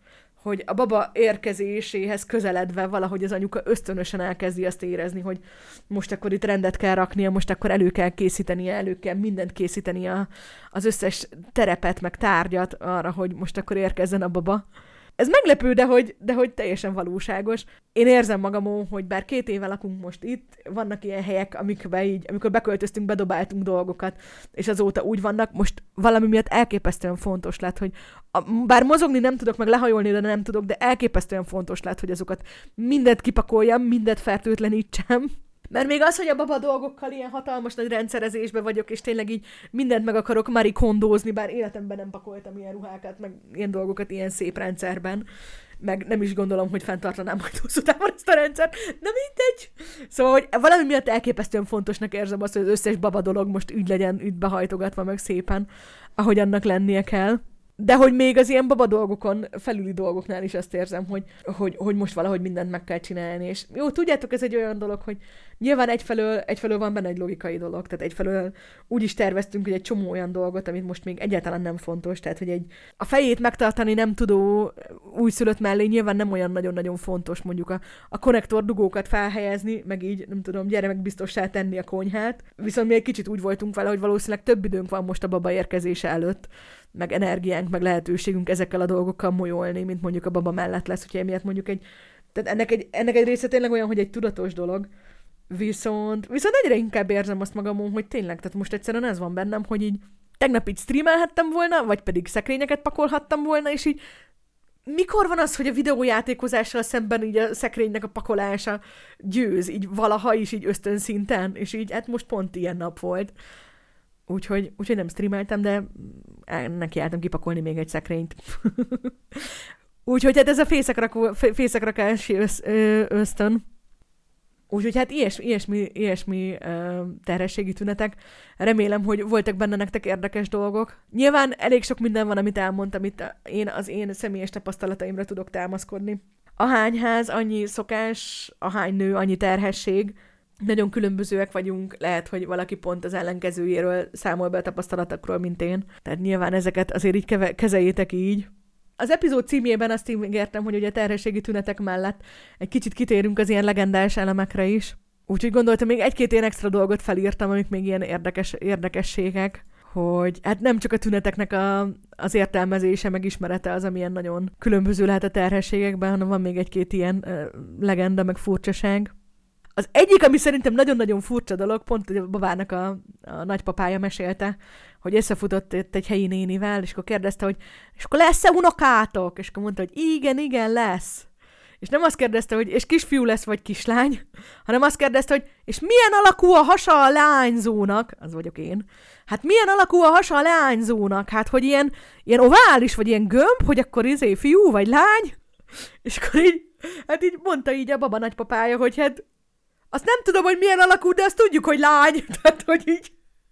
hogy a baba érkezéséhez közeledve valahogy az anyuka ösztönösen elkezdi azt érezni, hogy most akkor itt rendet kell raknia, most akkor elő kell készítenie, elő kell mindent készítenie, az összes terepet, meg tárgyat arra, hogy most akkor érkezzen a baba. Ez meglepő, de hogy, de hogy teljesen valóságos. Én érzem magamon, hogy bár két éve lakunk most itt, vannak ilyen helyek, amikben így, amikor beköltöztünk, bedobáltunk dolgokat, és azóta úgy vannak, most valami miatt elképesztően fontos lett, hogy a, bár mozogni nem tudok, meg lehajolni, de nem tudok, de elképesztően fontos lett, hogy azokat mindent kipakoljam, mindent fertőtlenítsem. Mert még az, hogy a baba dolgokkal ilyen hatalmas nagy rendszerezésben vagyok, és tényleg így mindent meg akarok marikondózni, bár életemben nem pakoltam ilyen ruhákat, meg ilyen dolgokat ilyen szép rendszerben, meg nem is gondolom, hogy fenntartanám majd hosszú távon ezt a rendszert, de mindegy. Szóval, hogy valami miatt elképesztően fontosnak érzem azt, hogy az összes baba dolog most úgy legyen, úgy behajtogatva meg szépen, ahogy annak lennie kell. De hogy még az ilyen baba dolgokon, felüli dolgoknál is azt érzem, hogy, hogy, hogy most valahogy mindent meg kell csinálni. És jó, tudjátok, ez egy olyan dolog, hogy nyilván egyfelől, egyfelől van benne egy logikai dolog, tehát egyfelől úgy is terveztünk, hogy egy csomó olyan dolgot, amit most még egyáltalán nem fontos, tehát hogy egy a fejét megtartani nem tudó újszülött mellé nyilván nem olyan nagyon-nagyon fontos mondjuk a, a konnektor dugókat felhelyezni, meg így, nem tudom, gyermekbiztossá tenni a konyhát. Viszont mi egy kicsit úgy voltunk vele, hogy valószínűleg több időnk van most a baba érkezése előtt, meg energiánk, meg lehetőségünk ezekkel a dolgokkal molyolni, mint mondjuk a baba mellett lesz, hogyha emiatt mondjuk egy, tehát ennek egy, ennek egy része tényleg olyan, hogy egy tudatos dolog, viszont, viszont egyre inkább érzem azt magamon, hogy tényleg, tehát most egyszerűen ez van bennem, hogy így tegnap így streamelhettem volna, vagy pedig szekrényeket pakolhattam volna, és így mikor van az, hogy a videójátékozással szemben így a szekrénynek a pakolása győz, így valaha is így ösztönszinten, és így hát most pont ilyen nap volt. Úgyhogy, úgyhogy nem streameltem, de nekiálltam kipakolni még egy szekrényt. Úgyhogy hát ez a fészekrakó, fészekrakási ösztön. Úgyhogy hát ilyesmi, ilyesmi, ilyesmi uh, terhességi tünetek. Remélem, hogy voltak benne nektek érdekes dolgok. Nyilván elég sok minden van, amit elmondtam, itt én az én személyes tapasztalataimra tudok támaszkodni. Ahány ház, annyi szokás, ahány nő, annyi terhesség. Nagyon különbözőek vagyunk, lehet, hogy valaki pont az ellenkezőjéről számol be a tapasztalatokról, mint én. Tehát nyilván ezeket azért így keve- kezeljétek így. Az epizód címében azt ígértem, hogy ugye a terhességi tünetek mellett egy kicsit kitérünk az ilyen legendás elemekre is. Úgyhogy gondoltam, még egy-két ilyen extra dolgot felírtam, amik még ilyen érdekes, érdekességek, hogy hát nem csak a tüneteknek a, az értelmezése, meg ismerete az, amilyen nagyon különböző lehet a terhességekben, hanem van még egy-két ilyen uh, legenda, meg furcsaság. Az egyik, ami szerintem nagyon-nagyon furcsa dolog, pont a babának a, a nagypapája mesélte, hogy összefutott egy helyi nénivel, és akkor kérdezte, hogy és akkor lesz-e unokátok? És akkor mondta, hogy igen, igen, lesz. És nem azt kérdezte, hogy és kisfiú lesz, vagy kislány, hanem azt kérdezte, hogy és milyen alakú a hasa a leányzónak? Az vagyok én. Hát milyen alakú a hasa a leányzónak? Hát, hogy ilyen, ilyen ovális, vagy ilyen gömb, hogy akkor izé fiú, vagy lány? És akkor így, hát így mondta így a baba nagypapája, hogy hát azt nem tudom, hogy milyen alakú, de azt tudjuk, hogy lány. Tehát, hogy így...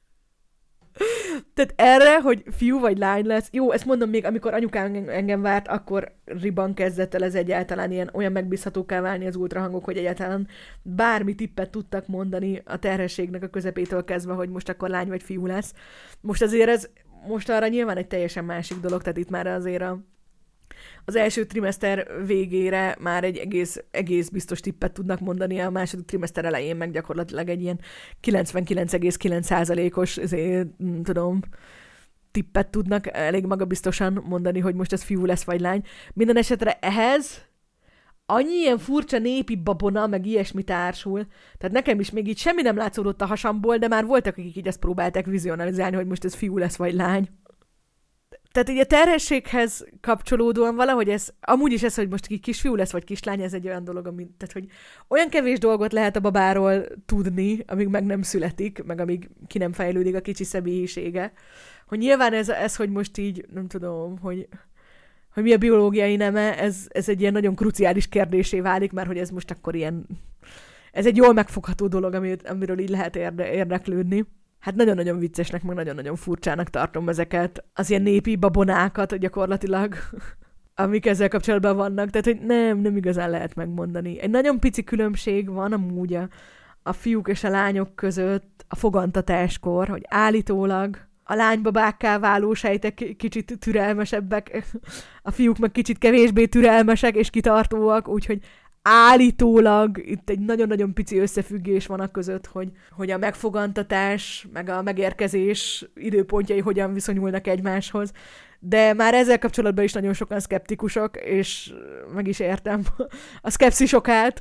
Tehát erre, hogy fiú vagy lány lesz, jó, ezt mondom még, amikor anyukám engem várt, akkor riban kezdett el ez egyáltalán ilyen olyan megbízhatóká válni az ultrahangok, hogy egyáltalán bármi tippet tudtak mondani a terhességnek a közepétől kezdve, hogy most akkor lány vagy fiú lesz. Most azért ez, most arra nyilván egy teljesen másik dolog, tehát itt már azért a az első trimester végére már egy egész, egész biztos tippet tudnak mondani, a második trimester elején meg gyakorlatilag egy ilyen kilencvenkilenc egész kilenc százalékos tudom, tippet tudnak elég magabiztosan mondani, hogy most ez fiú lesz vagy lány. Minden esetre ehhez annyi ilyen furcsa népi babona, meg ilyesmi társul. Tehát nekem is még így semmi nem látszódott a hasamból, de már voltak, akik így ezt próbálták vizionalizálni, hogy most ez fiú lesz vagy lány. Tehát így a terhességhez kapcsolódóan valahogy ez, amúgy is ez, hogy most ki kisfiú lesz, vagy kislány, ez egy olyan dolog, ami, tehát hogy olyan kevés dolgot lehet a babáról tudni, amíg meg nem születik, meg amíg ki nem fejlődik a kicsi személyisége, hogy nyilván ez, ez hogy most így, nem tudom, hogy, hogy mi a biológiai neme, ez, ez egy ilyen nagyon kruciális kérdésé válik, mert hogy ez most akkor ilyen, ez egy jól megfogható dolog, amit, amiről így lehet érde, érdeklődni. Hát nagyon-nagyon viccesnek, meg nagyon-nagyon furcsának tartom ezeket, az ilyen népi babonákat gyakorlatilag, amik ezzel kapcsolatban vannak. Tehát, hogy nem, nem igazán lehet megmondani. Egy nagyon pici különbség van amúgy a, a fiúk és a lányok között a fogantatáskor, hogy állítólag a lánybabákká váló sejtek kicsit türelmesebbek, a fiúk meg kicsit kevésbé türelmesek és kitartóak, úgyhogy állítólag itt egy nagyon-nagyon pici összefüggés van a között, hogy, hogy a megfogantatás, meg a megérkezés időpontjai hogyan viszonyulnak egymáshoz. De már ezzel kapcsolatban is nagyon sokan szkeptikusok, és meg is értem a szkepszisokát,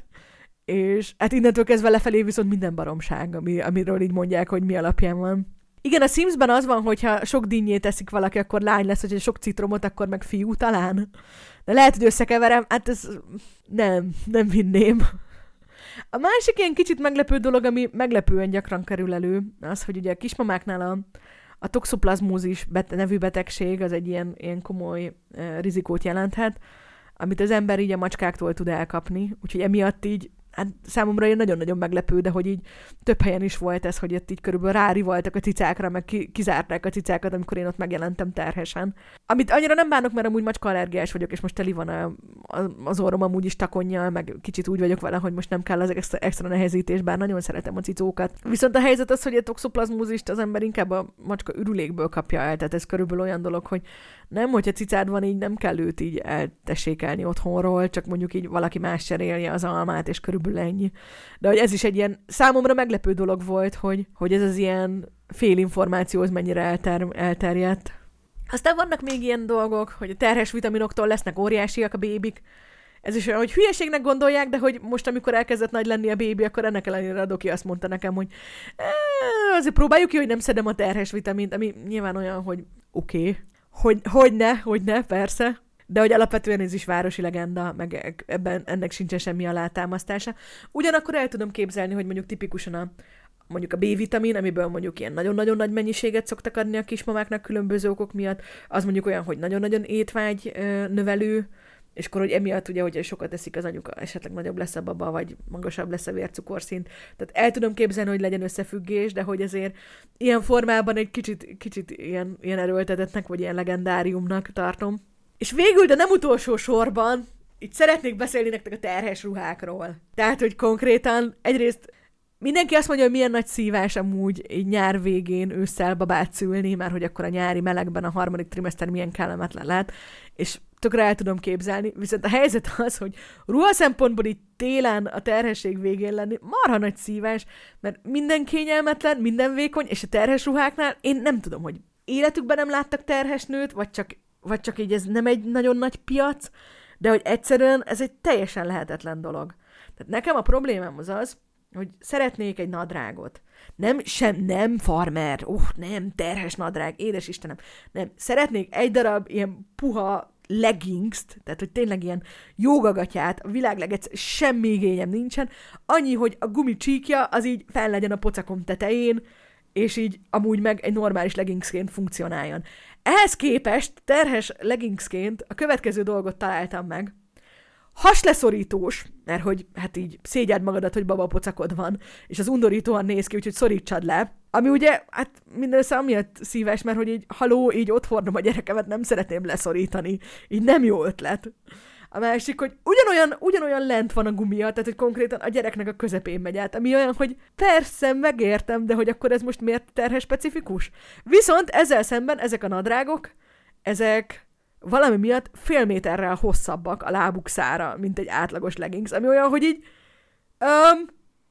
és hát innentől kezdve lefelé viszont minden baromság, ami, amiről így mondják, hogy mi alapján van. Igen, a Simsben az van, hogyha sok dinnyét teszik valaki, akkor lány lesz, hogyha sok citromot, akkor meg fiú talán. De lehet, hogy összekeverem, hát ez nem, nem vinném. A másik ilyen kicsit meglepő dolog, ami meglepően gyakran kerül elő, az, hogy ugye a kismamáknál a, a toxoplazmózis bet- nevű betegség, az egy ilyen, ilyen komoly uh, rizikót jelenthet, amit az ember így a macskáktól tud elkapni, úgyhogy emiatt így hát számomra ilyen nagyon-nagyon meglepő, de hogy így több helyen is volt ez, hogy itt így körülbelül rárivaltak a cicákra, meg ki, kizárták a cicákat, amikor én ott megjelentem terhesen. Amit annyira nem bánok, mert amúgy macskaallergiás vagyok, és most teli van a, a, az orrom amúgy is takonnyal, meg kicsit úgy vagyok vele, hogy most nem kell az extra, extra nehezítés, bár nagyon szeretem a cicókat. Viszont a helyzet az, hogy a toxoplazmózist az ember inkább a macska ürülékből kapja el, tehát ez körülbelül olyan dolog, hogy nem, hogyha cicád van, így nem kell őt így eltessékelni otthonról, csak mondjuk így valaki más cserélje az almát, és körülbelül ennyi. De hogy ez is egy ilyen számomra meglepő dolog volt, hogy, hogy ez az ilyen félinformációhoz mennyire elter, elterjedt. Aztán vannak még ilyen dolgok, hogy a terhes vitaminoktól lesznek óriásiak a bébik. Ez is olyan, hogy hülyeségnek gondolják, de hogy most, amikor elkezdett nagy lenni a bébi, akkor ennek ellenére a doki azt mondta nekem, hogy azért próbáljuk ki, hogy nem szedem a terhes vitamint, ami nyilván olyan, hogy oké. Okay. Hogy, hogy ne, hogy ne, persze. De hogy alapvetően ez is városi legenda, meg ebben ennek sincsen semmi alátámasztása. Ugyanakkor el tudom képzelni, hogy mondjuk tipikusan a, mondjuk a B-vitamin, amiből mondjuk ilyen nagyon-nagyon nagy mennyiséget szoktak adni a kismamáknak különböző okok miatt, az mondjuk olyan, hogy nagyon-nagyon étvágy növelő, és akkor, hogy emiatt ugye, hogyha sokat eszik az anyuka, esetleg nagyobb lesz a baba, vagy magasabb lesz a vércukorszint. Tehát el tudom képzelni, hogy legyen összefüggés, de hogy azért ilyen formában egy kicsit, kicsit ilyen, ilyen erőltetetnek, vagy ilyen legendáriumnak tartom. És végül, de nem utolsó sorban, itt szeretnék beszélni nektek a terhes ruhákról. Tehát, hogy konkrétan egyrészt mindenki azt mondja, hogy milyen nagy szívás amúgy így nyár végén ősszel babát szülni, már hogy akkor a nyári melegben a harmadik trimester milyen kellemetlen lehet, és tökre el tudom képzelni, viszont a helyzet az, hogy ruha szempontból így télen a terhesség végén lenni marha nagy szívás, mert minden kényelmetlen, minden vékony, és a terhes ruháknál én nem tudom, hogy életükben nem láttak terhes nőt, vagy csak, vagy csak így ez nem egy nagyon nagy piac, de hogy egyszerűen ez egy teljesen lehetetlen dolog. Tehát nekem a problémám az az, hogy szeretnék egy nadrágot. Nem, sem, nem farmer, uh, nem, terhes nadrág, édes Istenem, nem. Szeretnék egy darab ilyen puha leggingst, tehát hogy tényleg ilyen jógagatyát, a világ legegyszer, semmi igényem nincsen, annyi, hogy a gumicsíkja az így fel legyen a pocakom tetején, és így amúgy meg egy normális leggingsként funkcionáljon. Ehhez képest terhes leggingsként a következő dolgot találtam meg. Hasleszorítós, mert hogy hát így szégyeld magadat, hogy babapocakod van, és az undorítóan néz ki, úgyhogy szorítsad le. Ami ugye, hát mindössze amiatt szíves, mert hogy így haló, így ott hordom a gyerekemet, nem szeretném leszorítani. Így nem jó ötlet. A másik, hogy ugyanolyan, ugyanolyan lent van a gumia, tehát hogy konkrétan a gyereknek a közepén megy át, ami olyan, hogy persze, megértem, de hogy akkor ez most miért terhes specifikus? Viszont ezzel szemben ezek a nadrágok, ezek valami miatt fél méterrel hosszabbak a lábuk szára, mint egy átlagos leggings, ami olyan, hogy így um,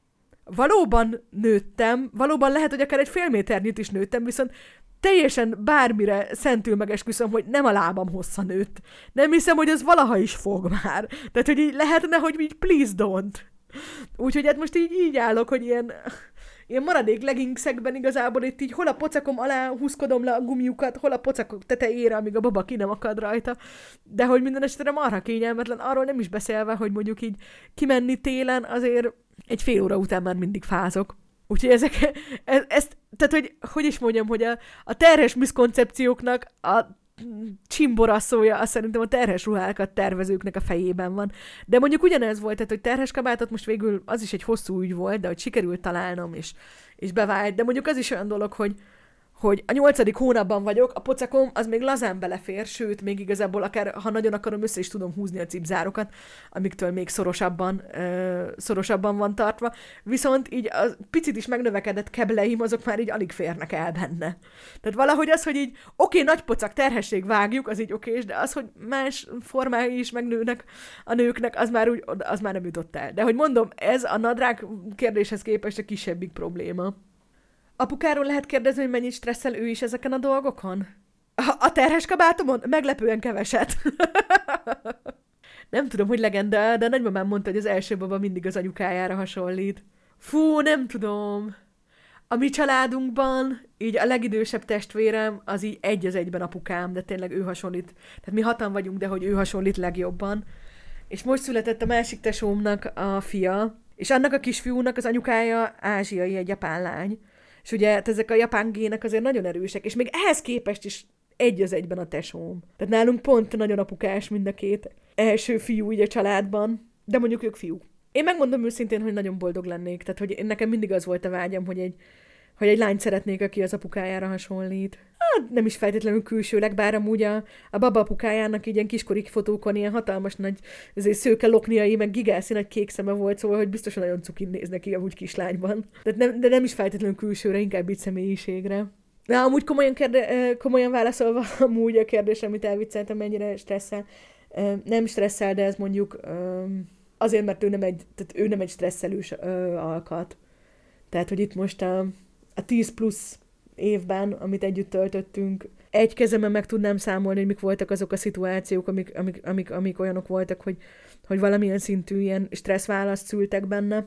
valóban nőttem, valóban lehet, hogy akár egy fél méternyit is nőttem, viszont teljesen bármire szentül megesküszöm, hogy nem a lábam hossza nőtt. Nem hiszem, hogy ez valaha is fog már. Tehát, hogy így lehetne, hogy így please don't. Úgyhogy hát most így, így állok, hogy ilyen, ilyen maradék leggingsekben igazából itt így hol a pocakom alá húzkodom le a gumiukat, hol a pocakok tetejére, amíg a baba ki nem akad rajta. De hogy minden esetre marha kényelmetlen, arról nem is beszélve, hogy mondjuk így kimenni télen, azért egy fél óra után már mindig fázok. Úgyhogy ezek, ez, ezt, tehát hogy, hogy is mondjam, hogy a, a terhes miszkoncepcióknak a csimboraszója, azt szerintem a terhes ruhákat tervezőknek a fejében van. De mondjuk ugyanez volt, tehát hogy terhes kabátot most végül az is egy hosszú ügy volt, de hogy sikerült találnom, és, és bevált. De mondjuk az is olyan dolog, hogy, hogy a nyolcadik hónapban vagyok, a pocakom az még lazán belefér, sőt, még igazából akár, ha nagyon akarom, össze is tudom húzni a cipzárokat, amiktől még szorosabban, ö, szorosabban van tartva, viszont így a picit is megnövekedett kebleim, azok már így alig férnek el benne. Tehát valahogy az, hogy így oké, nagy pocak, terhesség, vágjuk, az így okés, de az, hogy más formái is megnőnek a nőknek, az már, úgy, az már nem jutott el. De hogy mondom, ez a nadrág kérdéshez képest a kisebbik probléma. Apukáról lehet kérdezni, hogy mennyit stresszel ő is ezeken a dolgokon? A, a terhes kabátomon? Meglepően keveset. Nem tudom, hogy legenda, de a nagymamám mondta, hogy az első baba mindig az anyukájára hasonlít. Fú, nem tudom. A mi családunkban így a legidősebb testvérem az így egy az egyben apukám, de tényleg ő hasonlít. Tehát mi hatan vagyunk, de hogy ő hasonlít legjobban. És most született a másik tesómnak a fia, és annak a kisfiúnak az anyukája ázsiai, egy japán lány. És ugye hát ezek a japán gének azért nagyon erősek, és még ehhez képest is egy az egyben a tesóm. Tehát nálunk pont nagyon apukás mind a két első fiú így a családban, de mondjuk ők fiúk. Én megmondom őszintén, hogy nagyon boldog lennék, tehát hogy én, nekem mindig az volt a vágyam, hogy egy, hogy egy lányt szeretnék, aki az apukájára hasonlít. Hát nem is feltétlenül külsőleg, bár amúgy a, a baba apukájának így ilyen kiskori fotókon ilyen hatalmas nagy ezért szőke lokniai, meg gigászi nagy kék szeme volt, szóval, hogy biztosan nagyon cukin néz neki amúgy kislányban. De nem, de nem is feltétlenül külsőre, inkább így személyiségre. De amúgy komolyan, kérde, komolyan válaszolva amúgy a kérdés, amit elvicceltem, mennyire stresszel. Nem stresszel, de ez mondjuk azért, mert ő nem egy, tehát ő nem egy stresszelős alkat. Tehát, hogy itt most a, a tíz plusz évben, amit együtt töltöttünk, egy kezemen meg tudnám számolni, hogy mik voltak azok a szituációk, amik, amik, amik, amik olyanok voltak, hogy, hogy valamilyen szintű ilyen stresszválaszt szültek benne,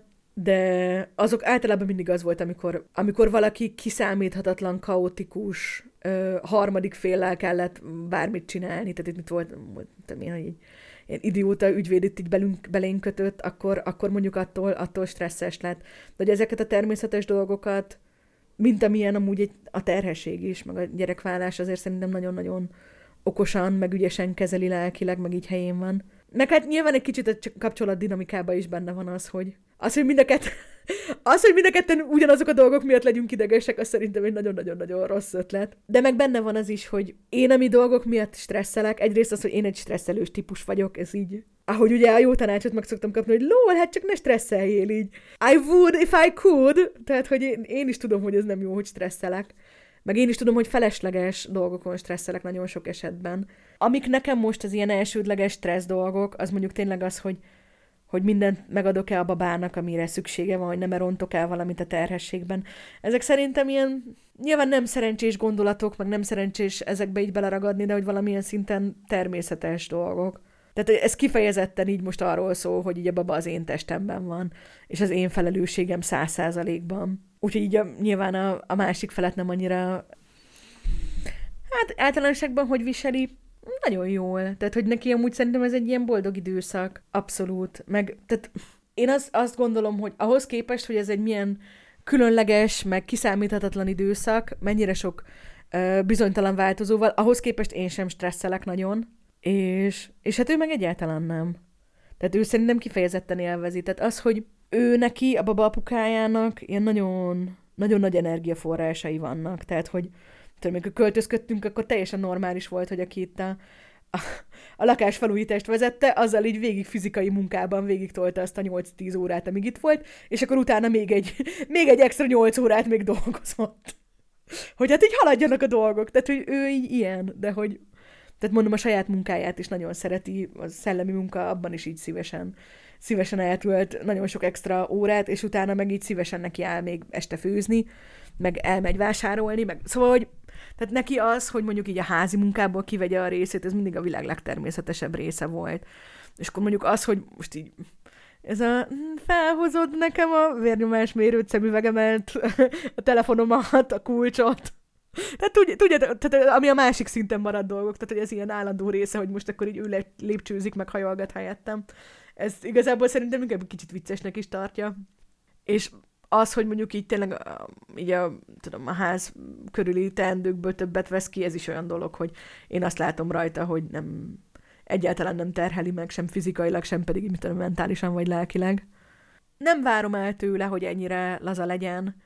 de azok általában mindig az volt, amikor, amikor valaki kiszámíthatatlan, kaotikus, ö, harmadik féllel kellett bármit csinálni, tehát itt mit volt, volt én, hogy így, ilyen idióta ügyvéd itt így belünk, belénk kötött, akkor, akkor mondjuk attól, attól stresszes lett. De hogy ezeket a természetes dolgokat, mint amilyen amúgy egy, a terhesség is, meg a gyerekválás azért szerintem nagyon-nagyon okosan, meg ügyesen kezeli lelkileg, meg így helyén van. Meg hát nyilván egy kicsit a kapcsolat dinamikában is benne van az, hogy az, hogy mind a kett, az, hogy mind a ketten ugyanazok a dolgok miatt legyünk idegesek, az szerintem egy nagyon-nagyon-nagyon rossz ötlet. De meg benne van az is, hogy én ami dolgok miatt stresszelek, egyrészt az, hogy én egy stresszelős típus vagyok, ez így. Ahogy ugye a jó tanácsot meg szoktam kapni, hogy lol, hát csak ne stresszeljél így. I would if I could. Tehát, hogy én, én is tudom, hogy ez nem jó, hogy stresszelek. Meg én is tudom, hogy felesleges dolgokon stresszelek nagyon sok esetben. Amik nekem most az ilyen elsődleges stressz dolgok, az mondjuk tényleg az, hogy, hogy mindent megadok-e a babának, amire szüksége van, hogy nem rontok el valamit a terhességben. Ezek szerintem ilyen, nyilván nem szerencsés gondolatok, meg nem szerencsés ezekbe így beleragadni, de hogy valamilyen szinten természetes dolgok. Tehát ez kifejezetten így most arról szól, hogy így a baba az én testemben van, és az én felelősségem száz százalékban. Úgyhogy így a, nyilván a, a másik felet nem annyira, hát általánosságban hogy viseli, nagyon jól. Tehát, hogy neki amúgy szerintem ez egy ilyen boldog időszak. Abszolút. Meg, tehát én az, azt gondolom, hogy ahhoz képest, hogy ez egy milyen különleges, meg kiszámíthatatlan időszak, mennyire sok uh, bizonytalan változóval, ahhoz képest én sem stresszelek nagyon. És, és hát ő meg egyáltalán nem. Tehát ő szerintem kifejezetten élvezi. Tehát az, hogy ő neki, a baba apukájának ilyen nagyon, nagyon nagy energiaforrásai vannak. Tehát, hogy tudom, amikor költözködtünk, akkor teljesen normális volt, hogy aki itt a, a, a lakásfelújítást vezette, azzal így végig fizikai munkában végig tolta azt a nyolc-tíz órát, amíg itt volt, és akkor utána még egy, még egy extra nyolc órát még dolgozott. Hogy hát így haladjanak a dolgok. Tehát, hogy ő így ilyen, de hogy tehát mondom, a saját munkáját is nagyon szereti, a szellemi munka, abban is így szívesen, szívesen eltölt nagyon sok extra órát, és utána meg így szívesen neki áll még este főzni, meg elmegy vásárolni, meg szóval, hogy tehát neki az, hogy mondjuk így a házi munkából kivegye a részét, ez mindig a világ legtermészetesebb része volt. És akkor mondjuk az, hogy most így ez a felhozod nekem a vérnyomásmérőt, szemüvegemet, a telefonomat, a kulcsot. Tehát tudja, tehát, ami a másik szinten maradt dolgok, tehát hogy ez ilyen állandó része, hogy most akkor így ő lépcsőzik, meg hajolgat helyettem. Ez igazából szerintem inkább egy kicsit viccesnek is tartja. És az, hogy mondjuk így tényleg így a, tudom, a ház körüli teendőkből többet vesz ki, ez is olyan dolog, hogy én azt látom rajta, hogy nem, egyáltalán nem terheli meg, sem fizikailag, sem pedig mit tudom, mentálisan vagy lelkileg. Nem várom el tőle, hogy ennyire laza legyen.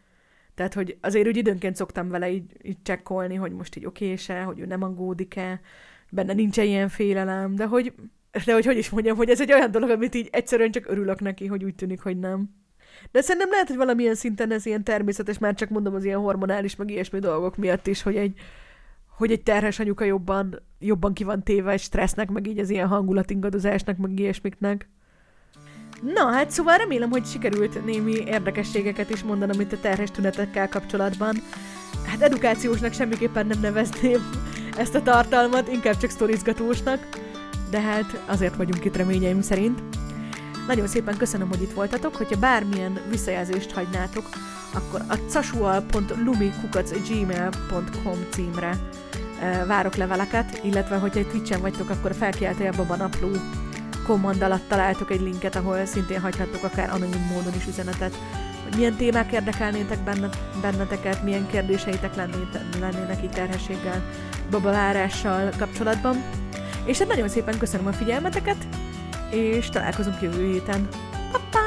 Tehát, hogy azért úgy időnként szoktam vele így, így csekkolni, hogy most így oké-se, hogy ő nem aggódik-e, benne nincs ilyen félelem, de hogy, de hogy hogy is mondjam, hogy ez egy olyan dolog, amit így egyszerűen csak örülök neki, hogy úgy tűnik, hogy nem. De szerintem lehet, hogy valamilyen szinten ez ilyen természetes, már csak mondom az ilyen hormonális, meg ilyesmi dolgok miatt is, hogy egy, hogy egy terhes anyuka jobban, jobban ki van téve egy stressznek, meg így az ilyen hangulatingadozásnak, meg ilyesmiknek. Na, hát szóval remélem, hogy sikerült némi érdekességeket is mondanom itt a terhes tünetekkel kapcsolatban. Hát edukációsnak semmiképpen nem nevezném ezt a tartalmat, inkább csak sztorizgatósnak, de hát azért vagyunk itt reményeim szerint. Nagyon szépen köszönöm, hogy itt voltatok, hogyha bármilyen visszajelzést hagynátok, akkor a casual pont lumi kukac gmail pont com címre várok leveleket, illetve hogyha egy Twitchen vagytok, akkor a felkiáltója Baba Napló kommand alatt találtok egy linket, ahol szintén hagyhattok akár anonim módon is üzenetet, hogy milyen témák érdekelnétek benneteket, milyen kérdéseitek lennének így terhességgel, babavárással kapcsolatban. És hát nagyon szépen köszönöm a figyelmeteket, és találkozunk jövő héten. Pa-pa!